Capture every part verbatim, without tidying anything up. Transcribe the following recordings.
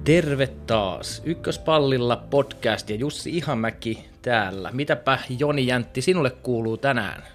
Terve taas. Ykköspallilla podcast ja Jussi Ihamäki täällä. Mitäpä Joni Jäntti sinulle kuuluu tänään?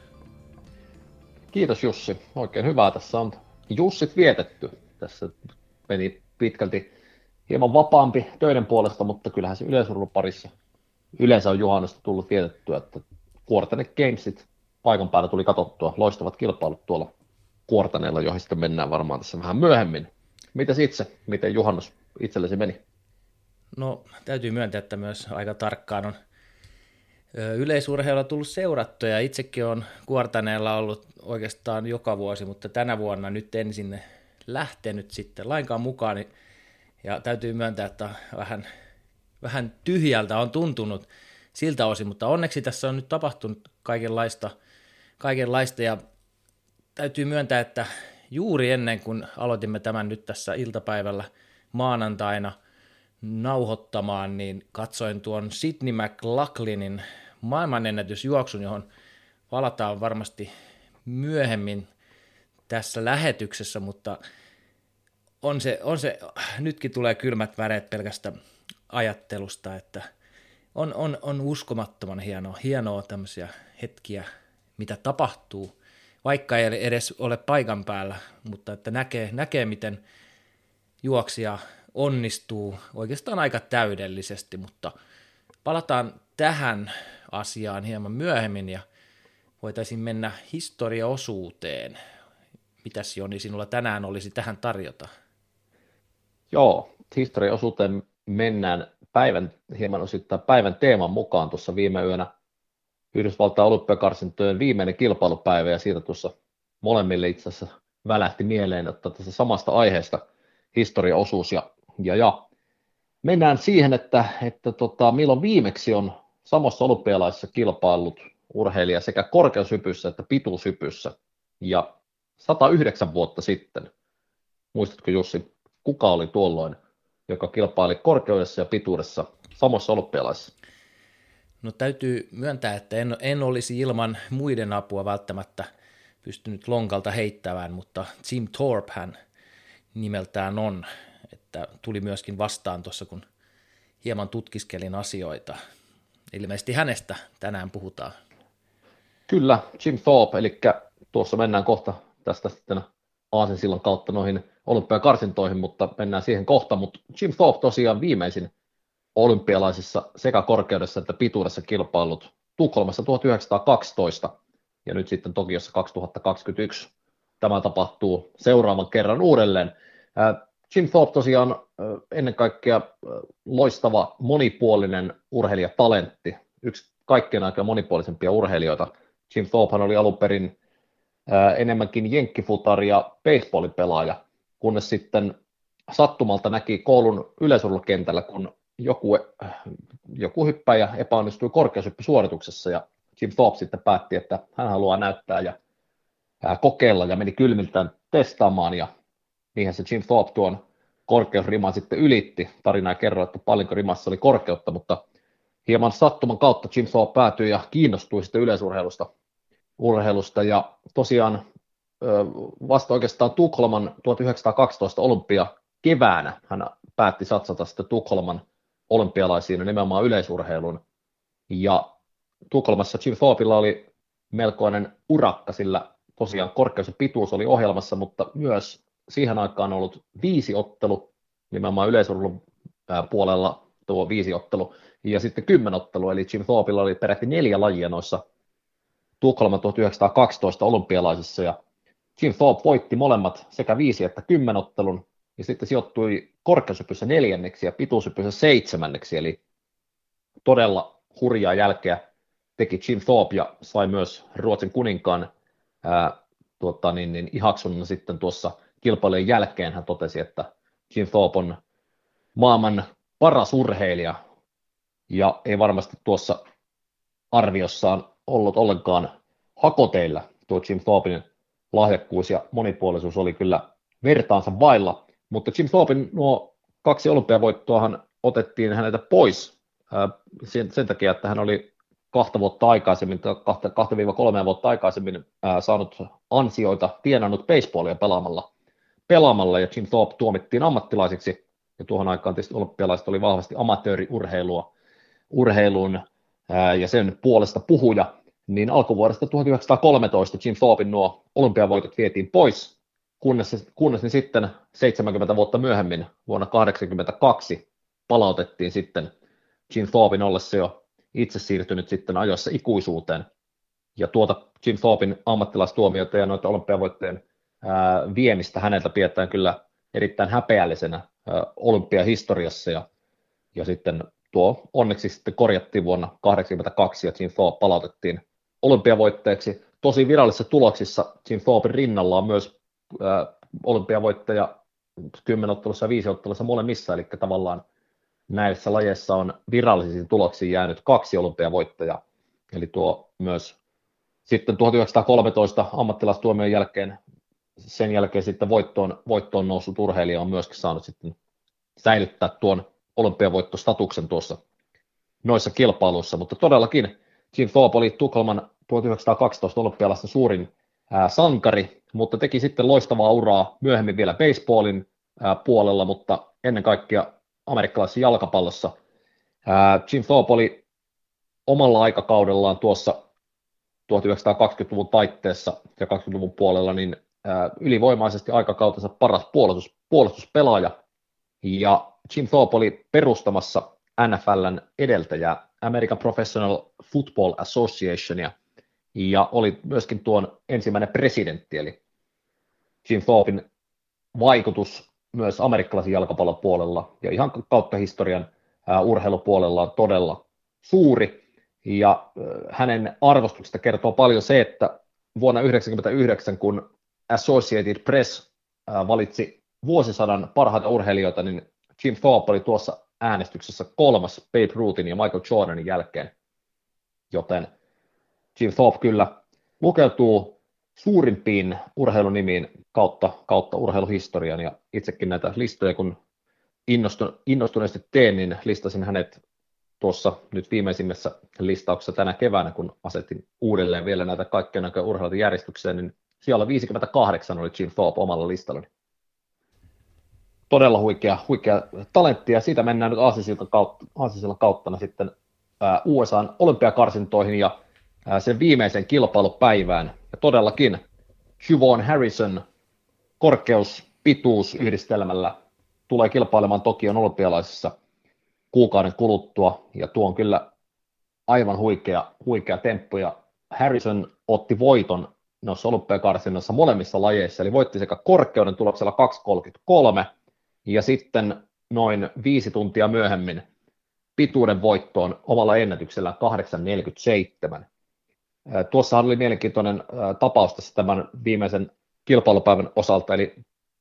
Kiitos Jussi. Oikein hyvää. Tässä on Jussit vietetty. Tässä meni pitkälti hieman vapaampi töiden puolesta, mutta kyllähän se yleisurheilun parissa yleensä on juhannusta tullut vietettyä, että Kuortane Gamesit paikan päällä tuli katsottua. Loistavat kilpailut tuolla Kuortaneella, joihin sitten mennään varmaan tässä vähän myöhemmin. Mitäs itse? Miten juhannus itsellesi meni? No täytyy myöntää, että myös aika tarkkaan on yleisurheilla tullut seurattua ja itsekin on Kuortaneella ollut oikeastaan joka vuosi, mutta tänä vuonna nyt en sinne lähtenyt sitten lainkaan mukaan ja täytyy myöntää, että vähän, vähän tyhjältä on tuntunut siltä osin, mutta onneksi tässä on nyt tapahtunut kaikenlaista, kaikenlaista ja täytyy myöntää, että juuri ennen kuin aloitimme tämän nyt tässä iltapäivällä maanantaina nauhoittamaan, niin katsoin tuon Sydney McLaughlinin maailmanennätysjuoksun, johon palataan varmasti myöhemmin tässä lähetyksessä, mutta on se, on se nytkin tulee kylmät väreet pelkästä ajattelusta, että on, on, on uskomattoman hienoa, hienoa tämmöisiä hetkiä, mitä tapahtuu, vaikka ei edes ole paikan päällä, mutta että näkee, näkee miten juoksija onnistuu oikeastaan aika täydellisesti, mutta palataan tähän asiaan hieman myöhemmin ja voitaisiin mennä historiaosuuteen. Mitäs Joni sinulla tänään olisi tähän tarjota? Joo, historiaosuuteen mennään päivän, hieman osittain päivän teeman mukaan. Tuossa viime yönä Yhdysvaltain olympiakarsintojen viimeinen kilpailupäivä ja siitä tuossa molemmille itse asiassa välähti mieleen, että tässä samasta aiheesta historiaosuus ja, ja, ja mennään siihen, että, että tota, milloin viimeksi on samassa olympialaisissa kilpaillut urheilija sekä korkeushypyssä että pituushypyssä ja sata yhdeksän vuotta sitten. Muistatko Jussi, kuka oli tuolloin, joka kilpaili korkeudessa ja pituudessa samassa olympialaisissa? No täytyy myöntää, että en, en olisi ilman muiden apua välttämättä pystynyt lonkalta heittämään, mutta Jim Thorpe hän nimeltään on, että tuli myöskin vastaan tuossa, kun hieman tutkiskelin asioita. Ilmeisesti hänestä tänään puhutaan. Kyllä, Jim Thorpe, eli tuossa mennään kohta tästä sitten aasinsillan kautta noihin olympiakarsintoihin, mutta mennään siihen kohta, mutta Jim Thorpe tosiaan viimeisin olympialaisissa sekä korkeudessa että pituudessa kilpailut Tukholmassa tuhatyhdeksänsataakaksitoista ja nyt sitten Tokiossa kaksituhattakaksikymmentäyksi. Tämä tapahtuu seuraavan kerran uudelleen. Jim Thorpe tosiaan ennen kaikkea loistava monipuolinen urheilijatalentti, yksi kaikkien aika monipuolisempia urheilijoita. Jim Thorpehan oli alun perin enemmänkin jenkkifutari ja baseballipelaaja, kunnes sitten sattumalta näki koulun yleisurheilukentällä, kun joku, joku hyppäjä epäonnistui korkeushyppysuorituksessa ja Jim Thorpe sitten päätti, että hän haluaa näyttää ja kokeilla ja meni kylmiltään testaamaan ja niinhän se Jim Thorpe tuon korkeusriman sitten ylitti. Tarina ei kerro, että paljonko rimassa oli korkeutta, mutta hieman sattuman kautta Jim Thorpe päätyi ja kiinnostui sitten yleisurheilusta urheilusta ja tosiaan vasta oikeastaan Tukholman tuhatyhdeksänsataakaksitoista olympia keväänä hän päätti satsata sitten Tukholman olympialaisiin nimenomaan yleisurheilun ja Tukholmassa Jim Thorpella oli melkoinen urakka, sillä tosiaan korkeus ja pituus oli ohjelmassa, mutta myös siihen aikaan on ollut viisi ottelu, nimenomaan yleisurheilun puolella tuo viisi ottelu, ja sitten kymmenen ottelu, eli Jim Thorpella oli peräti neljä lajia noissa Tukholman tuhatyhdeksänsataakaksitoista olympialaisissa, ja Jim Thorpe voitti molemmat sekä viisi että kymmenen ottelun, ja sitten sijoittui korkeushypyssä neljänneksi ja pituushypyssä seitsemänneksi, eli todella hurjaa jälkeä teki Jim Thorpe ja sai myös Ruotsin kuninkaan ää, tuota, niin, niin, ihaksunnan sitten tuossa kilpailujen jälkeen hän totesi, että Jim Thorpe on maailman paras urheilija ja ei varmasti tuossa arviossaan ollut ollenkaan hakoteilla. Tuo Jim Thorpen lahjakkuus ja monipuolisuus oli kyllä vertaansa vailla, mutta Jim Thorpen nuo kaksi olympiavoittoahan otettiin häneltä pois ää, sen, sen takia, että hän oli kahta vuotta aikaisemmin, kahta, kahta kolmea vuotta aikaisemmin ää, saanut ansioita, tienannut baseballia pelaamalla, pelaamalla, ja Jim Thorpe tuomittiin ammattilaisiksi ja tuohon aikaan tietysti olympialaiset oli vahvasti amatööriurheilua, urheilun ää, ja sen puolesta puhuja, niin alkuvuodesta tuhatyhdeksänsataakolmetoista Jim Thorpin nuo olympiavoitot vietiin pois, kunnes, kunnes ne sitten seitsemänkymmentä vuotta myöhemmin, vuonna tuhatyhdeksänsataakahdeksankymmentäkaksi, palautettiin sitten Jim Thorpin ollessa jo itse siirtynyt sitten ajoissa ikuisuuteen. Ja tuota Jim Thorpin ammattilaistuomiota ja noita olympiavoittojen ää, viemistä häneltä pidetään kyllä erittäin häpeällisenä ää, olympiahistoriassa. Ja, ja sitten tuo onneksi sitten korjattiin vuonna tuhatyhdeksänsataakahdeksankymmentäkaksi ja Jim Thorpe palautettiin olympiavoitteeksi. Tosi virallisissa tuloksissa Jim Thorpen rinnalla on myös ää, olympiavoittaja kymmenottelussa ja viisiottelussa molemmissa, eli tavallaan näissä lajeissa on virallisiin tuloksiin jäänyt kaksi olympiavoittajaa, eli tuo myös sitten tuhatyhdeksänsataakolmetoista ammattilaistuomion jälkeen, sen jälkeen sitten voittoon, voittoon noussut urheilija on myöskin saanut sitten säilyttää tuon olympiavoittostatuksen tuossa noissa kilpailuissa, mutta todellakin Jim Thorpe oli Tukholman tuhatyhdeksänsataakaksitoista olympialaisten suurin ää, sankari, mutta teki sitten loistavaa uraa myöhemmin vielä baseballin ää, puolella, mutta ennen kaikkea amerikkalaisessa jalkapallossa. Ää, Jim Thorpe oli omalla aikakaudellaan tuossa tuhatyhdeksänsataakaksikymmentäluvun taitteessa ja kaksikymmentäluvun puolella niin ää, ylivoimaisesti aikakautensa paras puolustus, puolustuspelaaja, ja Jim Thorpe oli perustamassa N F L:n edeltäjää American Professional Football Associationia, ja oli myöskin tuon ensimmäinen presidentti, eli Jim Thorpen vaikutus myös amerikkalaisen jalkapallon puolella ja ihan kautta historian ää, urheilupuolella on todella suuri, ja ää, hänen arvostuksesta kertoo paljon se, että vuonna yhdeksänkymmentäyhdeksän, kun Associated Press ää, valitsi vuosisadan parhaita urheilijoita, niin Jim Thorpe oli tuossa äänestyksessä kolmas Babe Ruthin ja Michael Jordanin jälkeen, joten Jim Thorpe kyllä lukeutuu suurimpiin urheilunimiin kautta, kautta urheiluhistorian, ja itsekin näitä listoja, kun innostu, innostuneesti teen, niin listasin hänet tuossa nyt viimeisimmässä listauksessa tänä keväänä, kun asetin uudelleen vielä näitä kaikkia näköjä urheiluita järjestykseen, niin siellä viisikymmentäkahdeksan oli Jim Thorpe omalla listallani. Todella huikea, huikea talentti, ja siitä mennään nyt Aasisillan kautta, Aasisillan kauttana sitten ää, U S A:n olympiakarsintoihin ja ää, sen viimeisen kilpailupäivään. Ja todellakin Juwan Harrison korkeus-pituus-yhdistelmällä tulee kilpailemaan Tokion olympialaisissa kuukauden kuluttua, ja tuo on kyllä aivan huikea, huikea temppu, ja Harrison otti voiton noissa olympiakarsinnoissa molemmissa lajeissa, eli voitti sekä korkeuden tuloksella kaksi kolmekymmentäkolme, ja sitten noin viisi tuntia myöhemmin pituuden voittoon omalla ennätyksellään kahdeksan neljäkymmentäseitsemän. Tuossa oli mielenkiintoinen tapaus tässä tämän viimeisen kilpailupäivän osalta, eli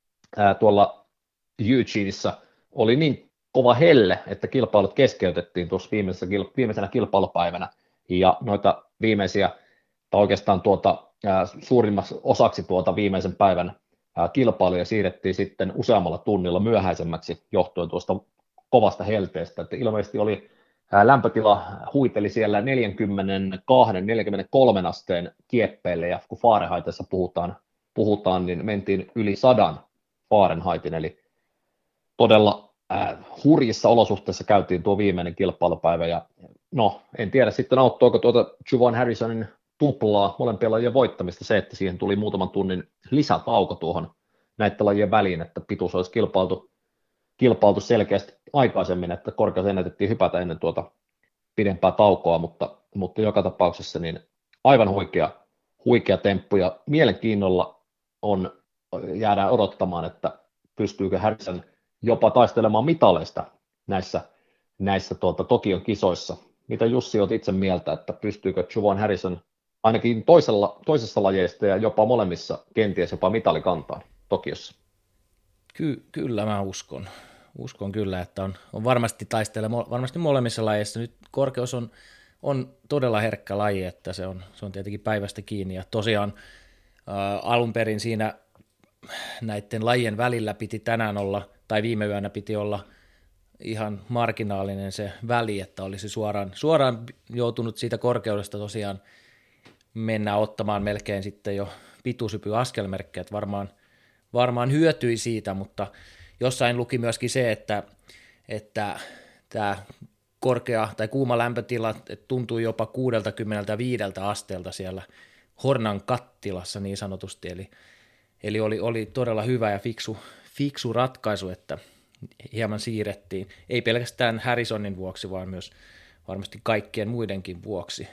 tuolla Eugeneissa oli niin kova helle, että kilpailut keskeytettiin tuossa viimeisenä kilpailupäivänä, ja noita viimeisiä, tai oikeastaan tuota, suurimmaksi osaksi tuota viimeisen päivän kilpailuja siirrettiin sitten useammalla tunnilla myöhäisemmäksi johtuen tuosta kovasta helteestä, että ilmeisesti oli lämpötila huiteli siellä neljäkymmentäkaksi neljäkymmentäkolme asteen kieppeille, ja kun Fahrenheitissa puhutaan, puhutaan, niin mentiin yli sadan Fahrenheitin, eli todella äh, hurjissa olosuhteissa käytiin tuo viimeinen kilpailupäivä, ja no, en tiedä sitten auttoiko tuota Juwan Harrisonin tuplaa molempien lajien voittamista se, että siihen tuli muutaman tunnin lisätauko tuohon näiden lajien väliin, että pituus olisi kilpailtu, kilpailtu selkeästi aikaisemmin, että korkeus ennätettiin hypätä ennen tuota pidempää taukoa, mutta, mutta joka tapauksessa niin aivan huikea, huikea temppu, ja mielenkiinnolla on, jäädään odottamaan, että pystyykö Harrison jopa taistelemaan mitaleista näissä, näissä tuota, Tokion kisoissa. Mitä Jussi olet itse mieltä, että pystyykö Juwan Harrison ainakin toisella, toisessa lajeista ja jopa molemmissa kenties jopa mitalikantaan Tokiossa? Ky- kyllä mä uskon. Uskon kyllä, että on, on varmasti taistele varmasti molemmissa lajeissa. Nyt korkeus on, on todella herkkä laji, että se on, se on tietenkin päivästä kiinni. Ja tosiaan ää, alun perin siinä näiden lajien välillä piti tänään olla, tai viime yönä piti olla ihan marginaalinen se väli, että olisi suoraan, suoraan joutunut siitä korkeudesta tosiaan mennä ottamaan melkein sitten jo pituushypy askelmerkkejä, että varmaan, varmaan hyötyi siitä, mutta jossain luki myöskin se, että, että tämä korkea tai kuuma lämpötila tuntuu jopa kuusikymmentäviisi asteelta siellä Hornan kattilassa niin sanotusti, eli, eli oli, oli todella hyvä ja fiksu, fiksu ratkaisu, että hieman siirrettiin, ei pelkästään Harrisonin vuoksi, vaan myös varmasti kaikkien muidenkin vuoksi.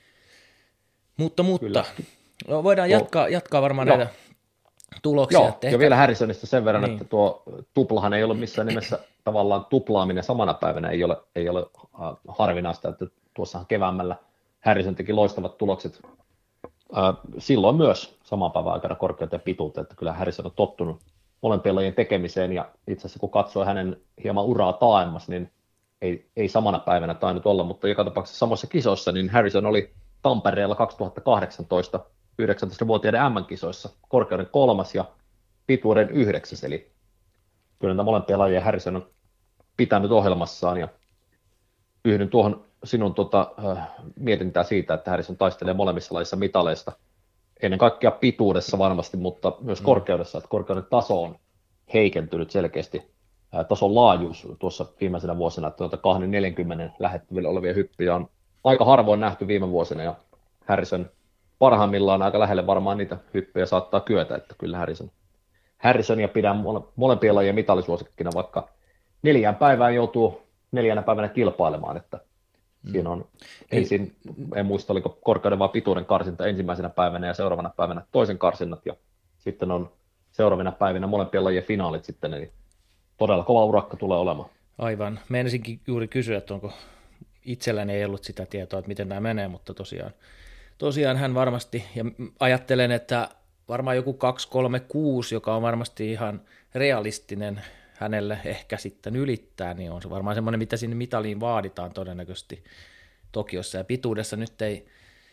Mutta, mutta no, voidaan jatkaa, jatkaa varmaan Joo. näitä tuloksia. Joo, ja ehkä... vielä Harrisonista sen verran, niin. Että tuo tuplahan ei ole missään nimessä tavallaan tuplaaminen samana päivänä, ei ole, ei ole äh, harvinaista, että tuossahan keväämällä Harrison teki loistavat tulokset äh, silloin myös saman päivän aikana korkeuteen ja pituuteen, että kyllä Harrison on tottunut molempien lajien tekemiseen, ja itse asiassa kun katsoo hänen hieman uraa taaemmas, niin ei, ei samana päivänä tainnut olla, mutta joka tapauksessa samassa kisossa, niin Harrison oli Tampereella kaksituhattakahdeksantoista yhdeksäntoistavuotiaiden M M-kisoissa korkeuden kolmas ja pituuden yhdeksäs, eli kyllä näitä molempia lajeja Harrison on pitänyt ohjelmassaan, ja yhdyn tuohon sinun tuota, äh, mietintään siitä, että Harrison taistelee molemmissa lajissa mitaleista, ennen kaikkea pituudessa varmasti, mutta myös mm. korkeudessa, että korkeuden taso on heikentynyt selkeästi, äh, tason laajuus tuossa viimeisenä vuosina, että tuota kaksisataaneljäkymmentä lähettyvillä olevia hyppyjä on aika harvoin nähty viime vuosina, ja Harrison parhaimmillaan aika lähelle varmaan niitä hyppyjä saattaa kyetä, että kyllä Harrison, Harrisonia pidän molempien lajien mitallisuosikkina, vaikka neljään päivään joutuu neljänä päivänä kilpailemaan, että mm. siinä on ensin, en muista oliko korkeuden vai pituuden karsinta ensimmäisenä päivänä ja seuraavana päivänä toisen karsinnat, ja sitten on seuraavina päivinä molempien lajien finaalit sitten, eli todella kova urakka tulee olemaan. Aivan. Meinasinkin juuri kysyä, että onko itselläni ei ollut sitä tietoa, että miten nämä menee, mutta tosiaan, tosiaan hän varmasti, ja ajattelen, että varmaan joku kaksi kolme kuusi, joka on varmasti ihan realistinen hänelle ehkä sitten ylittää, niin on se varmaan semmoinen, mitä sinne mitaliin vaaditaan todennäköisesti Tokiossa, ja pituudessa nyt ei,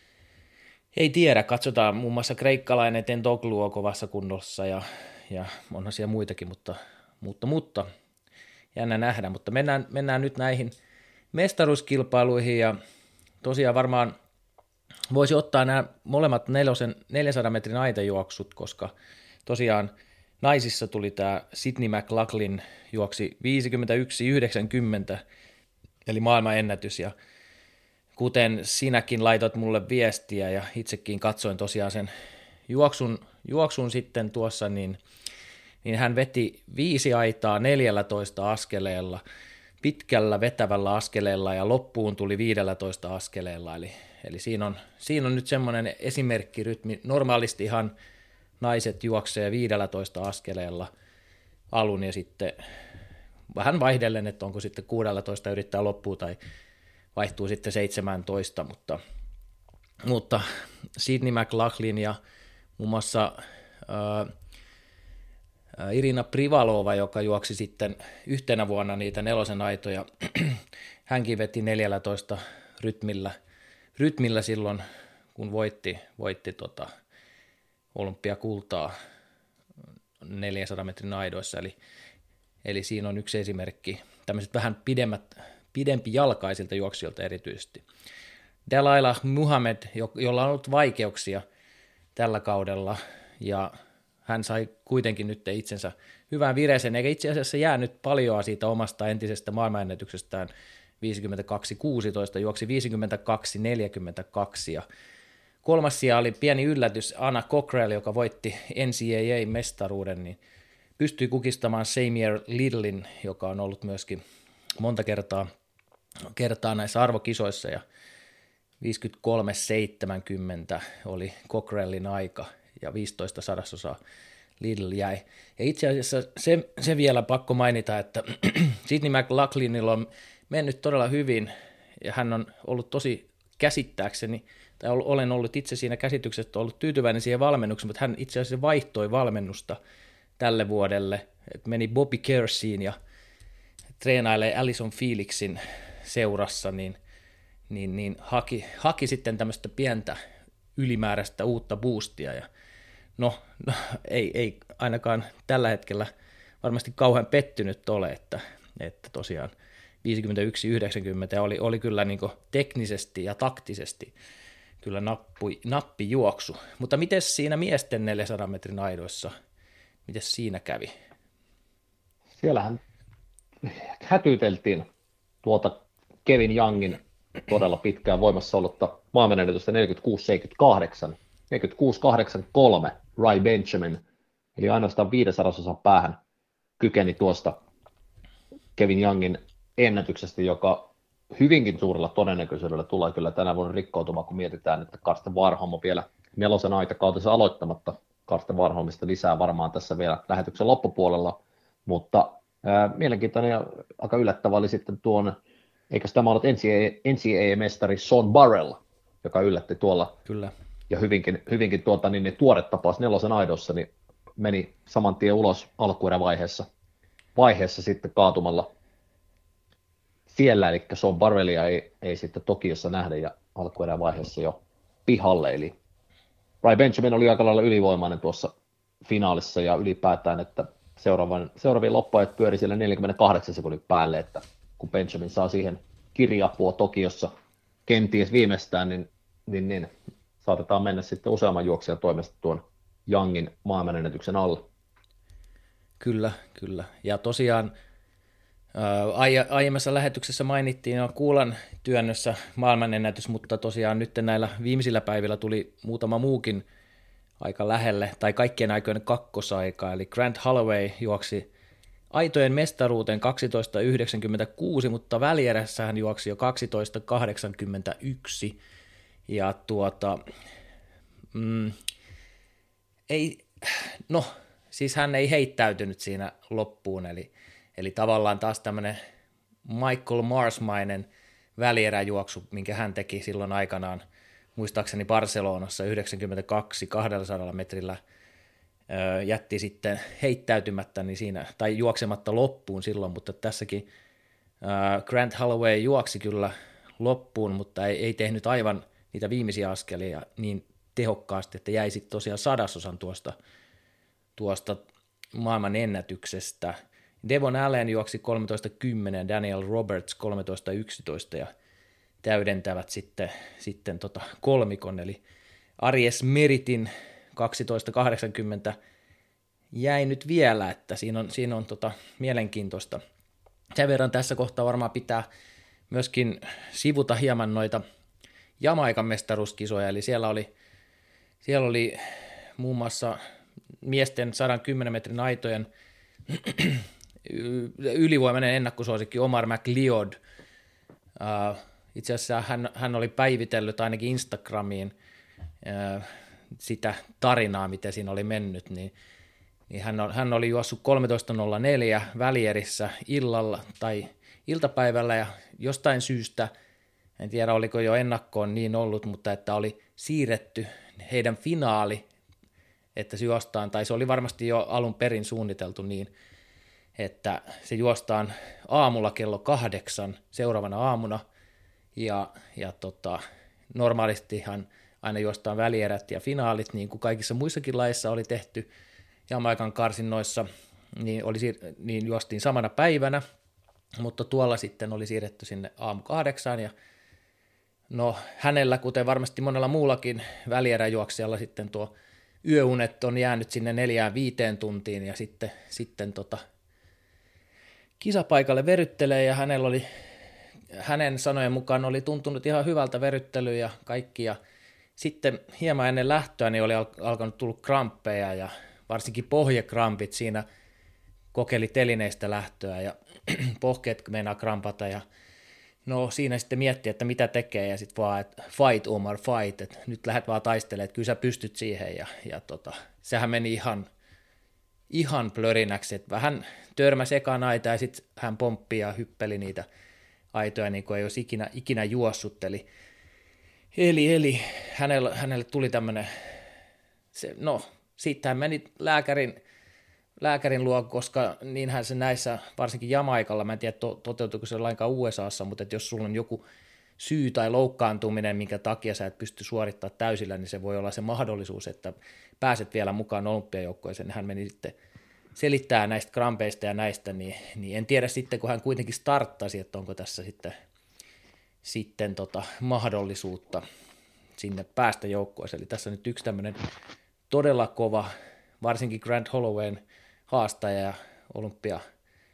ei tiedä, katsotaan muun muassa kreikkalainen Tentoglu on kovassa kunnossa, ja, ja onhan siellä muitakin, mutta, mutta, mutta jännä nähdä, mutta mennään, mennään nyt näihin mestaruuskilpailuihin, ja tosiaan varmaan voisi ottaa nämä molemmat nelosen, neljänsadan metrin aitajuoksut, koska tosiaan naisissa tuli tämä Sydney McLaughlin juoksi viisikymmentäyksi yhdeksänkymmentä, eli maailmanennätys, ja kuten sinäkin laitoit mulle viestiä, ja itsekin katsoin tosiaan sen juoksun, juoksun sitten tuossa, niin, niin hän veti viisi aitaa neljällätoista askeleella, pitkällä vetävällä askeleella, ja loppuun tuli viidellätoista askeleella, eli, eli siinä, on, siinä on nyt semmoinen esimerkkirytmi. Normaalisti ihan naiset juoksee viidellätoista askeleella alun, ja sitten vähän vaihdellen, että onko sitten kuusitoista yrittää loppua, tai vaihtuu sitten seitsemäntoista, mutta, mutta Sydney McLaughlin ja muun muassa ää, Irina Privalova, joka juoksi sitten yhtenä vuonna niitä nelosen aitoja, hänkin veti neljällätoista rytmillä, rytmillä silloin, kun voitti, voitti tota olympiakultaa neljänsadan metrin aidoissa, eli, eli siinä on yksi esimerkki tämmöiset vähän pidemmät, pidempi jalkaisilta juoksijoilta erityisesti. Delilah Muhammad, jolla on ollut vaikeuksia tällä kaudella, ja hän sai kuitenkin nyt itsensä hyvään vireeseen, eikä itse asiassa jäänyt paljon siitä omasta entisestä maailmanennätyksestään viisikymmentäkaksi kuusitoista, juoksi viisikymmentäkaksi neljäkymmentäkaksi, ja kolmas sija oli pieni yllätys, Anna Cockrell, joka voitti N C A A-mestaruuden, niin pystyi kukistamaan Samier Lidlin, joka on ollut myöskin monta kertaa, kertaa näissä arvokisoissa, ja viisikymmentäkolme seitsemänkymmentä oli Cockrellin aika, ja viisitoista sadasosaa Lidl jäi. Ja itse asiassa se, se vielä pakko mainita, että Sydney McLaughlinilla on mennyt todella hyvin, ja hän on ollut tosi käsittääkseni, tai olen ollut itse siinä käsityksessä, ollut tyytyväinen siihen valmennukseen, mutta hän itse asiassa vaihtoi valmennusta tälle vuodelle, että meni Bobby Kersiin ja treenailee Alison Felixin seurassa, niin, niin, niin haki, haki sitten tämmöistä pientä ylimääräistä uutta boostia, ja no, no ei, ei ainakaan tällä hetkellä varmasti kauhean pettynyt ole, että, että tosiaan viisikymmentäyksi yhdeksänkymmentä oli, oli kyllä niin kuin teknisesti ja taktisesti kyllä nappi, nappijuoksu. Mutta miten siinä miesten neljänsadan metrin aidoissa, miten siinä kävi? siellähän hätyyteltiin tuota Kevin Youngin todella pitkään voimassa ollutta maailmanennätystä neljäkymmentäkuusi seitsemänkymmentäkahdeksan, neljäkymmentäkuusi kahdeksankymmentäkolme Ray Benjamin, eli ainoastaan viidesadasosan päähän kykeni tuosta Kevin Youngin ennätyksestä, joka hyvinkin suurella todennäköisyydellä tulee kyllä tänä vuonna rikkoutumaan, kun mietitään, että Karsten Warholm on vielä nelosen aikakautensa aloittamatta. Karsten Warholmista lisää varmaan tässä vielä lähetyksen loppupuolella, mutta ää, mielenkiintoinen ja aika yllättävä oli sitten tuon, eikä tämä ollut N C A A-mestari Sean Burrell, joka yllätti tuolla. Kyllä. Ja hyvinkin, hyvinkin tuota, niin, niin tuore tapaus nelosen aidossa, niin meni saman tien ulos alkuerän vaiheessa, vaiheessa sitten kaatumalla siellä, eli Sean Burrellia ei, ei sitten Tokiossa nähdä ja alkuerän vaiheessa jo pihalle, eli Ray Benjamin oli aika lailla ylivoimainen tuossa finaalissa ja ylipäätään, että seuraavan, seuraavien loppuajat pyöri siellä neljäkymmentäkahdeksan sekunnin päälle, että kun Benjamin saa siihen kirja-apua Tokiossa kenties viimeistään, niin, niin, niin saatetaan mennä sitten useamman juoksijan toimesta tuon Youngin maailmanennätyksen alla. Kyllä, kyllä. Ja tosiaan ää, aiemmassa lähetyksessä mainittiin jo Kuulan työnnössä maailmanennätys, mutta tosiaan nyt näillä viimeisillä päivillä tuli muutama muukin aika lähelle, tai kaikkien aikojen kakkosaika, eli Grant Holloway juoksi aitojen mestaruuteen kaksitoista yhdeksänkymmentäkuusi, mutta välierässä hän juoksi jo kaksitoista kahdeksankymmentäyksi, ja tuota, mm, ei, no, siis hän ei heittäytynyt siinä loppuun, eli, eli tavallaan taas tämmöinen Michael Mars-mainen välieräjuoksu, minkä hän teki silloin aikanaan, muistaakseni Barcelonassa yhdeksänkymmentäkaksi kaksisataa metrillä, öö, jätti sitten heittäytymättä niin siinä, tai juoksematta loppuun silloin, mutta tässäkin öö, Grant Holloway juoksi kyllä loppuun, mutta ei, ei tehnyt aivan niitä viimeisiä askelia niin tehokkaasti, että jäi sitten tosiaan sadasosan tuosta, tuosta maailman ennätyksestä. Devon Allen juoksi kolmetoista kymmenen, Daniel Roberts kolmetoista yksitoista ja täydentävät sitten, sitten tota kolmikon, eli Aries Meritin kaksitoista kahdeksankymmentä jäi nyt vielä, että siinä on, siinä on tota mielenkiintoista. Sen verran tässä kohtaa varmaan pitää myöskin sivuta hieman noita Jamaikan mestaruuskisoja, eli siellä oli, siellä oli muun muassa miesten sata kymmenen metrin aitojen ylivoimainen ennakkosuosikki Omar McLeod. Uh, itse asiassa hän, hän oli päivitellyt ainakin Instagramiin uh, sitä tarinaa, mitä siinä oli mennyt, niin, niin hän, on, hän oli juossut kolmetoista nolla neljä välierissä illalla tai iltapäivällä ja jostain syystä, en tiedä oliko jo ennakkoon niin ollut, mutta että oli siirretty heidän finaali, että se juostaan, tai se oli varmasti jo alun perin suunniteltu niin, että se juostaan aamulla kello kahdeksan seuraavana aamuna, ja, ja tota, normaalistihan aina juostaan välierät ja finaalit, niin kuin kaikissa muissakin lajeissa oli tehty Jamaikan karsinnoissa, niin, oli, niin juostiin samana päivänä, mutta tuolla sitten oli siirretty sinne aamu kahdeksaan, ja no hänellä, kuten varmasti monella muullakin välieräjuoksijalla, sitten tuo yöunet on jäänyt sinne neljään viiteen tuntiin, ja sitten, sitten tota, kisapaikalle veryttelee, ja hänellä oli, hänen sanojen mukaan oli tuntunut ihan hyvältä veryttelyä ja kaikki, ja sitten hieman ennen lähtöä niin oli alkanut tulla kramppeja, ja varsinkin pohjekrampit siinä kokeili telineistä lähtöä, ja pohkeet meinaa krampata, ja no siinä sitten miettii, että mitä tekee, ja sitten vaan, että fight Omar, fight, että nyt lähdet vaan taistelemaan, että kyllä sä pystyt siihen, ja, ja tota, sehän meni ihan, ihan plörinäksi, että vähän törmäsi ekaan aita, ja sitten hän pomppi ja hyppeli niitä aitoja, niin kuin ei olisi ikinä, ikinä juossut, eli, eli, eli hänelle, hänelle tuli tämmöinen, se, no sitten hän meni lääkärin, lääkärin luo, koska niinhän se näissä, varsinkin Jamaikalla, mä en tiedä to, toteutuuko se lainkaan U S A:ssa, mutta että jos sulla on joku syy tai loukkaantuminen, minkä takia sä et pysty suorittamaan täysillä, niin se voi olla se mahdollisuus, että pääset vielä mukaan olympiajoukkoeseen. Hän meni sitten selittää näistä krampeista ja näistä, niin, niin en tiedä sitten, kun hän kuitenkin starttasi, että onko tässä sitten, sitten tota mahdollisuutta sinne päästä joukkoeseen. Eli tässä on nyt yksi tämmöinen todella kova, varsinkin Grant Hollowayn haastaja ja olympia,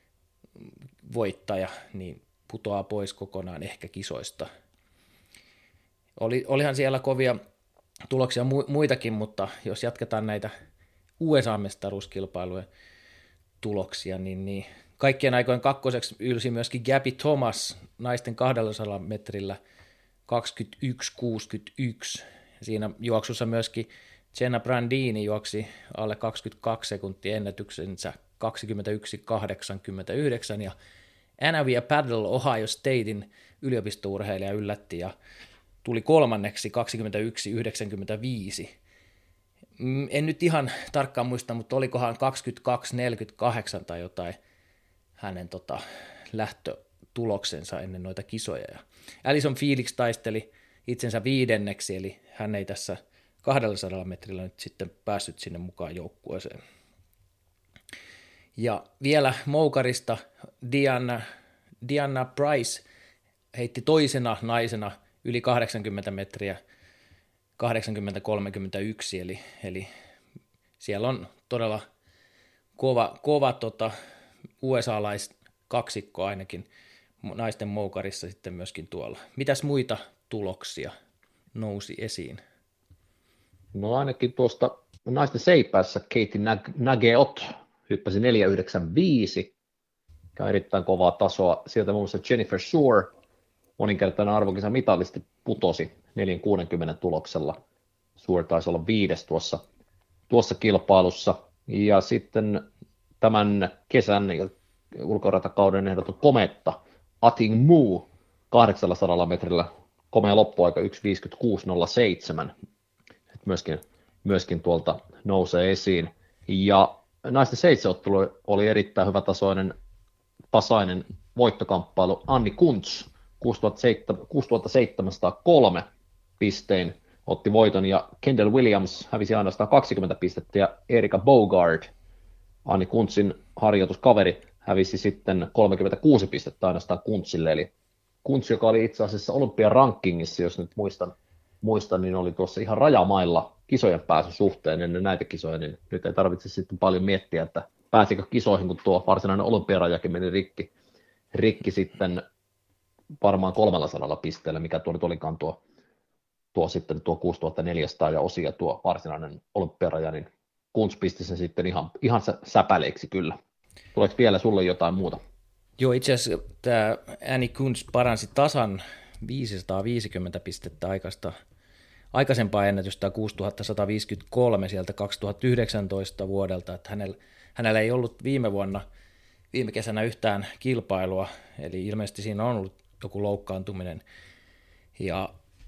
voittaja, niin putoaa pois kokonaan ehkä kisoista. Oli, olihan siellä kovia tuloksia muitakin, mutta jos jatketaan näitä U S A-mestaruuskilpailujen tuloksia, niin, niin kaikkien aikojen kakkoseksi ylsi myöskin Gabby Thomas naisten kahdellasadalla metrillä kaksikymmentäyksi kuusikymmentäyksi. Siinä juoksussa myöskin Jenna Brandini juoksi alle kaksikymmentäkaksi sekuntia ennätyksensä kaksikymmentäyksi kahdeksankymmentäyhdeksän, ja Anavia Paddle Ohio Statein yliopistourheilija yllätti ja tuli kolmanneksi kaksikymmentäyksi yhdeksänkymmentäviisi. En nyt ihan tarkkaan muista, mutta olikohan kaksikymmentäkaksi neljäkymmentäkahdeksan tai jotain hänen tota, lähtötuloksensa ennen noita kisoja. Ja Alison Felix taisteli itsensä viidenneksi, eli hän ei tässä kahdellasadalla metrillä nyt sitten päässyt sinne mukaan joukkueeseen. Ja vielä moukarista Diana, Diana Price heitti toisena naisena yli kahdeksankymmentä metriä kahdeksankymmentä kolmekymmentäyksi, eli, eli siellä on todella kova, kova tota, U S A-laiskaksikko ainakin naisten moukarissa sitten myöskin tuolla. Mitäs muita tuloksia nousi esiin? No ainakin tuosta naisten seipäässä Katie Nageot hyppäsi neljä yhdeksänkymmentäviisi, mikä on erittäin kovaa tasoa. Sieltä muun muassa Jennifer Shore, moninkertainen arvokisan mitalisti, putosi neljä kuusikymmentä tuloksella. Shore taisi olla viides tuossa, tuossa kilpailussa. Ja sitten tämän kesän ulkoratakauden ehdottu kometta Ating Mu kahdeksansadaa metrillä, komea loppuaika yksi viisikymmentäkuusi nolla seitsemän. Myöskin, myöskin tuolta nousee esiin. Ja naisten seitsemäottelu oli erittäin hyvä tasoinen, tasainen voittokamppailu. Anni Kuntz kuusituhattaseitsemänsataakolme pistein otti voiton, ja Kendall Williams hävisi ainoastaan kaksikymmentä pistettä, ja Erika Bogard, Anni Kuntzin harjoituskaveri, hävisi sitten kolmekymmentäkuusi pistettä ainoastaan Kuntzille, eli Kuntz, joka oli itse asiassa olympiarankingissa, jos nyt muistan, muistan, niin oli tuossa ihan rajamailla kisojen pääsyn suhteen ennen näitä kisoja, niin nyt ei tarvitse sitten paljon miettiä, että pääsikö kisoihin, kun tuo varsinainen olympiarajakin meni rikki, rikki sitten varmaan kolmella sadalla pisteellä, mikä tuo nyt olikaan tuo, tuo sitten tuo kuusituhattaneljäsataa ja osia tuo varsinainen olympiaraja, niin Kuntz pisti sen sitten ihan, ihan säpäleiksi kyllä. Tuleeko vielä sulle jotain muuta? Joo, itse asiassa tämä Annie Kuntz paransi tasan viisisataaviisikymmentä pistettä aikaista, aikaisempaa ennätystä kuusituhattasata viisikymmentäkolme sieltä kaksituhattayhdeksäntoista vuodelta, että hänellä, hänellä ei ollut viime vuonna, viime kesänä yhtään kilpailua, eli ilmeisesti siinä on ollut joku loukkaantuminen, ja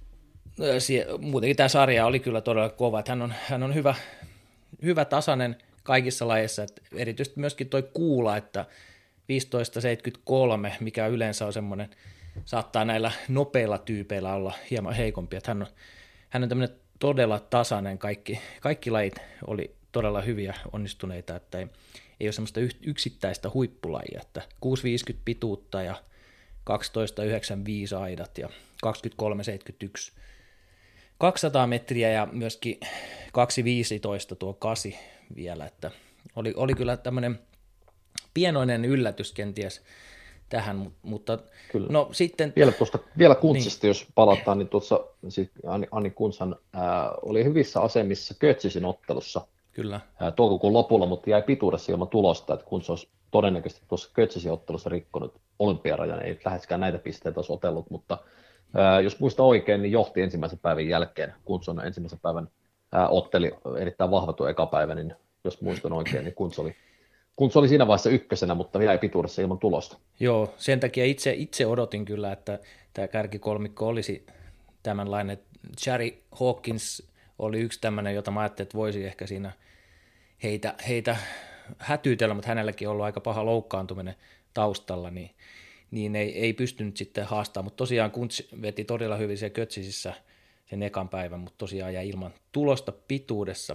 sie, muutenkin tämä sarja oli kyllä todella kova, että hän on, hän on hyvä, hyvä tasainen kaikissa lajeissa, että erityisesti myöskin toi kuula, että viisitoista seitsemänkymmentäkolme, mikä yleensä on semmoinen, saattaa näillä nopeilla tyypeillä olla hieman heikompi, että hän on, hän on tämmöinen todella tasainen, kaikki, kaikki lajit oli todella hyviä, onnistuneita, että ei, ei ole semmoista yksittäistä huippulajia, että kuusi viisikymmentä pituutta ja kaksitoista yhdeksänkymmentäviisi aidat ja kaksikymmentäkolme seitsemänkymmentäyksi kaksisataa metriä ja myöskin kaksi viisitoista tuo kasi vielä, että oli, oli kyllä tämmöinen pienoinen yllätys kenties tähän, mutta kyllä. No sitten... Vielä, tuosta, vielä Kuntzista, niin. Jos palataan, niin tuossa siis Anni, Anni Kuntzhan ää, oli hyvissä asemissa Kötsisin ottelussa kyllä. Ää, toukokuun lopulla, mutta jäi pituudessa ilman tulosta, että Kuntz olisi todennäköisesti tuossa Kötsisin ottelussa rikkonut olympiarajan, ei läheskään näitä pisteitä olisi otellut, mutta ää, jos muista oikein, niin johti ensimmäisen päivän jälkeen. Kuntz on ensimmäisen päivän ää, otteli erittäin vahva tuo eka päivä, niin jos muistan oikein, niin Kuntz oli Kuntz oli siinä vaiheessa ykkösenä, mutta jäi pituudessa ilman tulosta. Joo, sen takia itse, itse odotin kyllä, että tämä kärkikolmikko olisi tämänlainen. Jerry Hawkins oli yksi tämmöinen, jota mä ajattelin, että voisi ehkä siinä heitä, heitä hätyytellä, mutta hänelläkin on ollut aika paha loukkaantuminen taustalla, niin, niin ei, ei pystynyt sitten haastamaan. Mutta tosiaan Kuntz veti todella hyvin siellä Kötsisissä sen ekan päivän, mutta tosiaan jäi ilman tulosta pituudessa.